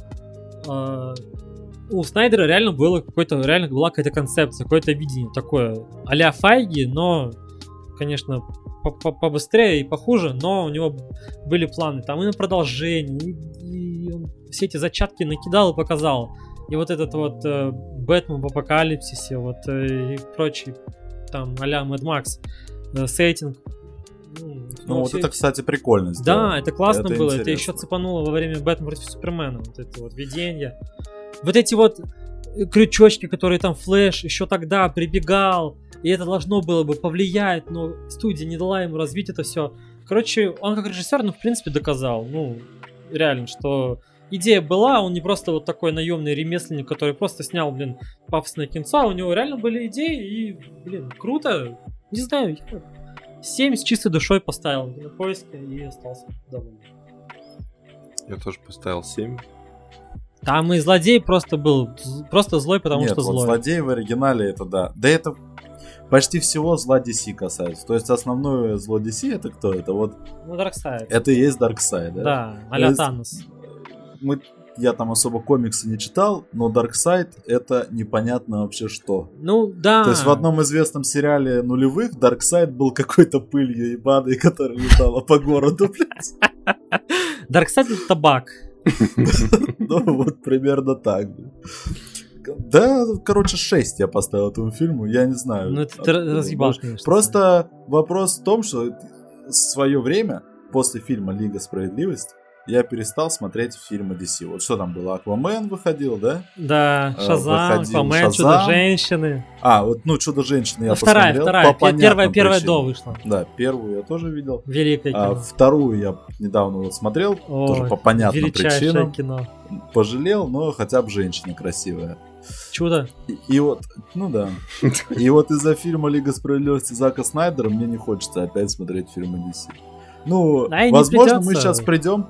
у Снайдера реально была какая-то концепция, какое-то видение такое а-ля Файги, но, конечно, побыстрее и похуже, но у него были планы там и на продолжение, и он все эти зачатки накидал и показал. И вот этот вот Бэтмен в апокалипсисе, вот и прочий там а-ля Мэд Макс сеттинг. Вот это, кстати, прикольно сделано. Да, это классно было. Интересно. Это еще цепануло во время Бэтмена против Супермена. Вот это вот видение. Вот эти вот крючочки, которые там Флэш еще тогда прибегал, и это должно было бы повлиять, но студия не дала ему развить это все. Короче, он как режиссер, в принципе, доказал, реально, что идея была, он не просто вот такой наемный ремесленник, который просто снял, пафосное кинцо, а у него реально были идеи, и, круто. Не знаю, 7 с чистой душой поставил на поиске и остался доволен. Я тоже поставил 7. Там и злодей просто был просто злой, потому что злой. Нет, злодей в оригинале это да. Да это почти всего зла DC касается. То есть основное зло DC это кто? Это вот... Darkseid. Это и есть Darkseid, да? Да, а-ля Танос. Я там особо комиксы не читал, но Darkseid это непонятно вообще что. Да. То есть в одном известном сериале нулевых Darkseid был какой-то пылью ебаной, которая летала по городу, блядь. Darkseid это табак. Вот примерно так. Да, 6 я поставил этому фильму, я не знаю. Это ты разъебал, конечно. Просто вопрос в том, что в свое время, после фильма «Лига справедливости», я перестал смотреть фильмы DC. Вот что там было? Аквамен выходил, да? Да, Шазам, Аквамен, Чудо-женщины. Чудо-женщины я посмотрел. Вторая, первая до вышла. Да, первую я тоже видел. Великое кино. Вторую я недавно смотрел, тоже по понятным причинам. Кино. Пожалел, но хотя бы женщина красивая. Чудо. И вот, да. И вот из-за фильма «Лига справедливости» Зака Снайдера мне не хочется опять смотреть фильмы DC. Возможно, мы сейчас придем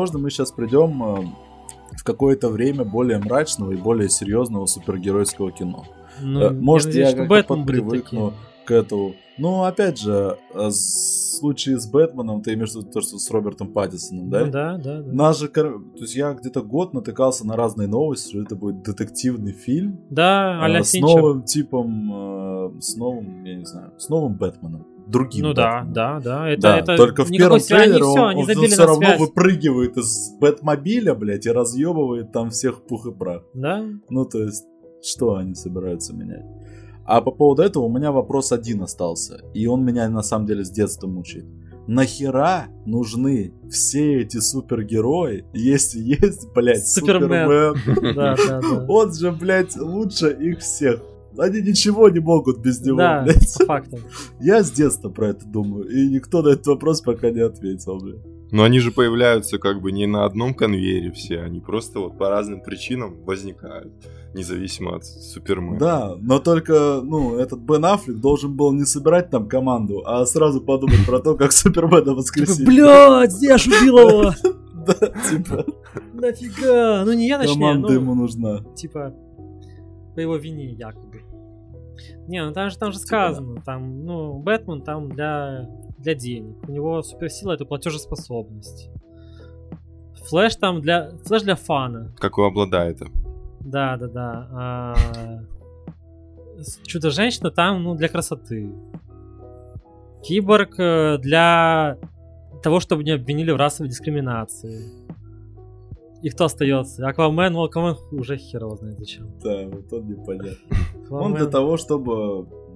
в какое-то время более мрачного и более серьезного супергеройского кино. Может, я как-то подпривыкну к этому. Опять же, в случае с Бэтменом, ты имеешь в виду то, что с Робертом Паттинсоном, да? Да. То есть я где-то год натыкался на разные новости, что это будет детективный фильм. Да, а-ля с новым типом, с новым Бэтменом. Другим Бэтменом. Да. Это только в первом трейлере он все все равно выпрыгивает из Бэтмобиля, блядь, и разъебывает там всех в пух и прах. Да. То есть, что они собираются менять? А по поводу этого у меня вопрос один остался. И он меня на самом деле с детства мучает. Нахера нужны все эти супергерои, если есть, блядь, Супермен? Да. Он же, блядь, лучше их всех. Они ничего не могут без него, блядь. По факту. Я с детства про это думаю, и никто на этот вопрос пока не ответил, блядь. Но они же появляются как бы не на одном конвейере все, они просто вот по разным причинам возникают, независимо от Супермена. Да, но только, этот Бен Аффлек должен был не собирать там команду, а сразу подумать про то, как Супермена воскресить. Блядь, я ж убил его! Да, типа... Нафига? Не я, точнее, команда ему нужна. Типа, по его вине якобы. Там же сказано, там, Бэтмен там для денег. У него суперсила — это платежеспособность. Флэш там для фана. Как у обладает. Да. Чудо-женщина там, для красоты. Киборг для того, чтобы не обвинили в расовой дискриминации. И кто остается? Аквамен, уже хер его знает зачем. Да, вот он непонятно. Он для того, чтобы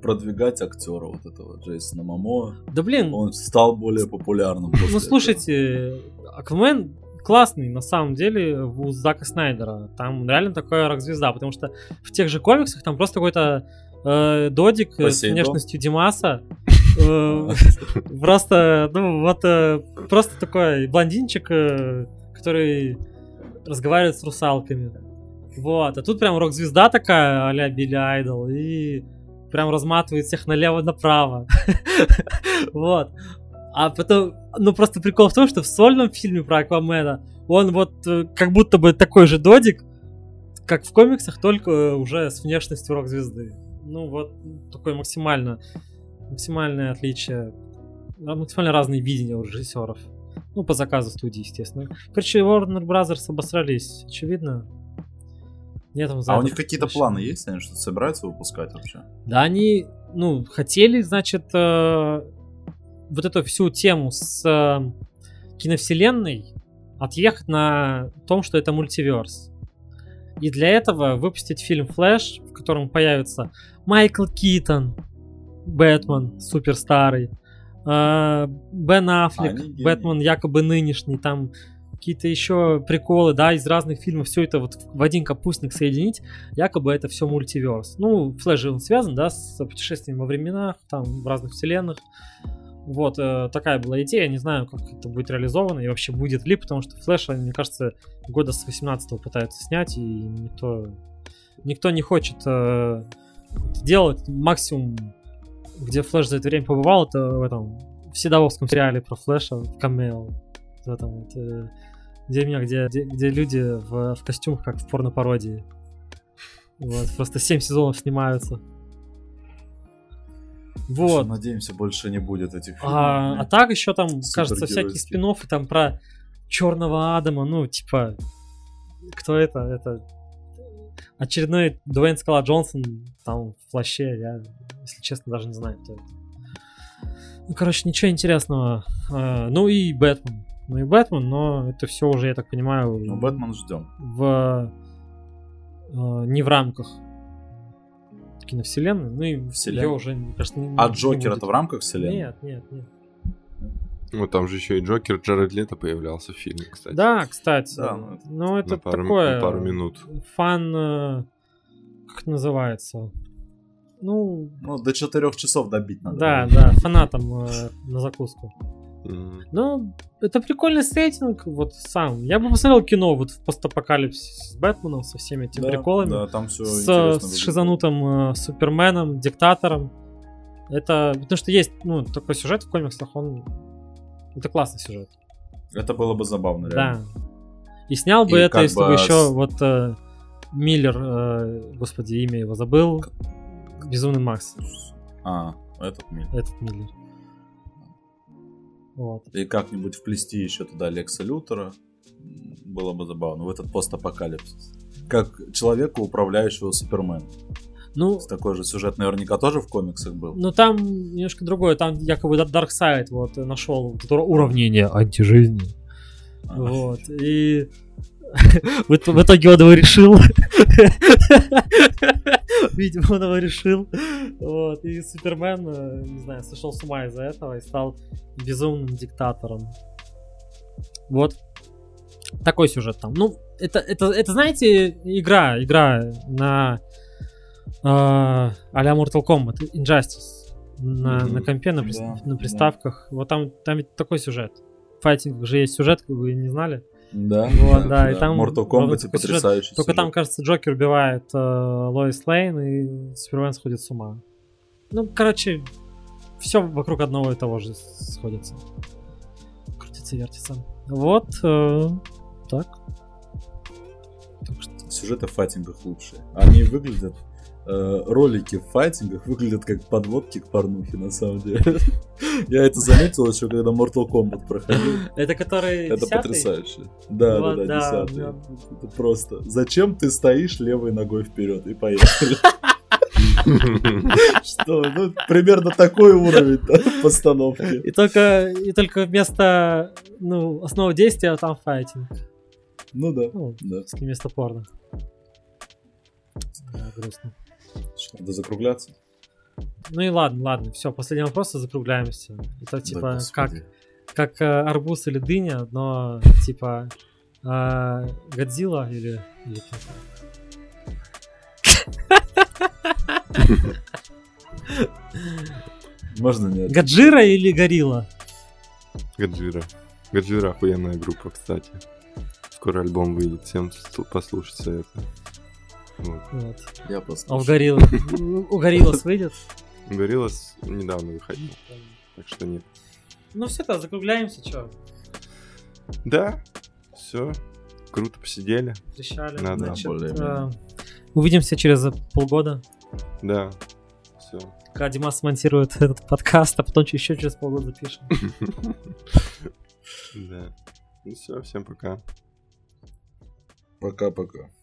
продвигать актера вот этого Джейсона Момоа. Да блин. Он стал более популярным. Ну слушайте, Аквамен классный на самом деле у Зака Снайдера. Там реально такая рок-звезда, потому что в тех же комиксах там просто какой-то додик с внешностью Димаса. Просто, просто такой блондинчик, который разговаривает с русалками. Вот, а тут прям рок-звезда такая, а-ля Билли Айдол, и прям разматывает всех налево-направо. Вот. А потом, просто прикол в том, что в сольном фильме про Аквамена он вот как будто бы такой же додик, как в комиксах, только уже с внешностью рок-звезды. Ну вот, такое максимальное отличие, максимально разные видения у режиссеров. Ну, по заказу студии, естественно. Короче, Warner Brothers обосрались, очевидно. Нет, а у них какие-то планы есть? Они что-то собираются выпускать вообще? Да, они, хотели, значит, вот эту всю тему с киновселенной отъехать на том, что это мультиверс. И для этого выпустить фильм «Флэш», в котором появится Майкл Китон, Бэтмен, супер старый, Бен Аффлек, Бэтмен якобы нынешний, там какие-то еще приколы, да, из разных фильмов, все это вот в один капустник соединить, якобы это все мультиверс. Ну, Флэш же он связан, да, с путешествием во временах, там, в разных вселенных. Вот, такая была идея, не знаю, как это будет реализовано и вообще будет ли, потому что Флэша, мне кажется, года с 18-го пытаются снять, и никто не хочет делать. Максимум, где Флэш за это время побывал, это в седовском сериале про Флэша, в камео, в этом, где люди в костюмах, как в порно-пародии. Вот, просто 7 сезонов снимаются. Вот. Надеемся, больше не будет этих фильмов. А так еще там, кажется, всякие спин-оффы там про Черного Адама, кто это? Это очередной Дуэйн Скала Джонсон там в плаще, я, если честно, даже не знаю, кто это. Короче, ничего интересного. И Бэтмен. Но это все уже, я так понимаю... Бэтмен ждем. Не в рамках киновселенной, ее уже, мне кажется, Джокер это в рамках вселенной? Нет. Там же еще и Джокер Джаред Лето появлялся в фильме, кстати. Да, кстати. Да, это такое... пару минут. Фан... Как это называется? До 4 часов добить надо. Да, фанатам на закуску. Это прикольный сеттинг, вот сам. Я бы посмотрел кино вот в постапокалипсисе с Бэтменом, со всеми этими приколами. Да, там все с шизанутым Суперменом, диктатором. Это, потому что есть, такой сюжет в комиксах, это классный сюжет. Это было бы забавно, реально. Да. И снял бы это, если бы еще Миллер, господи, имя его забыл. Безумный Макс. Этот Миллер. Вот. И как-нибудь вплести еще туда Лекса Лютера было бы забавно, в этот постапокалипсис. Как человека, управляющего Суперменом. Такой же сюжет наверняка тоже в комиксах был. Там немножко другое. Там якобы Дарксайд нашел уравнение антижизни. Вот. И в итоге он его решил. Видимо, он его решил. Вот. И Супермен, не знаю, сошел с ума из-за этого и стал безумным диктатором. Вот. Такой сюжет там. Это знаете, игра на а-ля Mortal Kombat, Injustice на компе, на приставках. Вот там ведь такой сюжет. В файтингах же есть сюжет, как вы не знали. Да, и там Mortal Kombat потрясающий. Только там, кажется, Джокер убивает Лоис Лейн, и Супермен сходит с ума. Короче, все вокруг одного и того же сходится. Крутится, вертится. Вот, так. Сюжеты в файтингах лучшие. Они выглядят... ролики в файтингах выглядят как подводки к порнухе, на самом деле. Я это заметил еще, когда Mortal Kombat проходил. Это который 10-й? Это потрясающе. Да, 10-й. Это просто. Зачем ты стоишь левой ногой вперед? И поехали. Что? Примерно такой уровень постановки. И только вместо основы действия там файтинг. Да. Вместо порно. Да, грустно. Надо закругляться. Ну и ладно, все, последний вопрос, и закругляемся. Это типа как арбуз или дыня, но типа Годзилла или Можно нет? Годжира или Горилла? Годжира охуенная группа, кстати. Скоро альбом выйдет, всем послушать советую. Вот. Я послушаю. А у Гориллас выйдет? Гориллас недавно выходил, так что нет. Ну все, тогда закругляемся, чё? Да, все, круто посидели. Трещали. Надо. Значит, увидимся через полгода. Да, все. Когда Димас смонтирует этот подкаст, а потом еще через полгода запишем. Да. Ну все, всем пока. Пока-пока.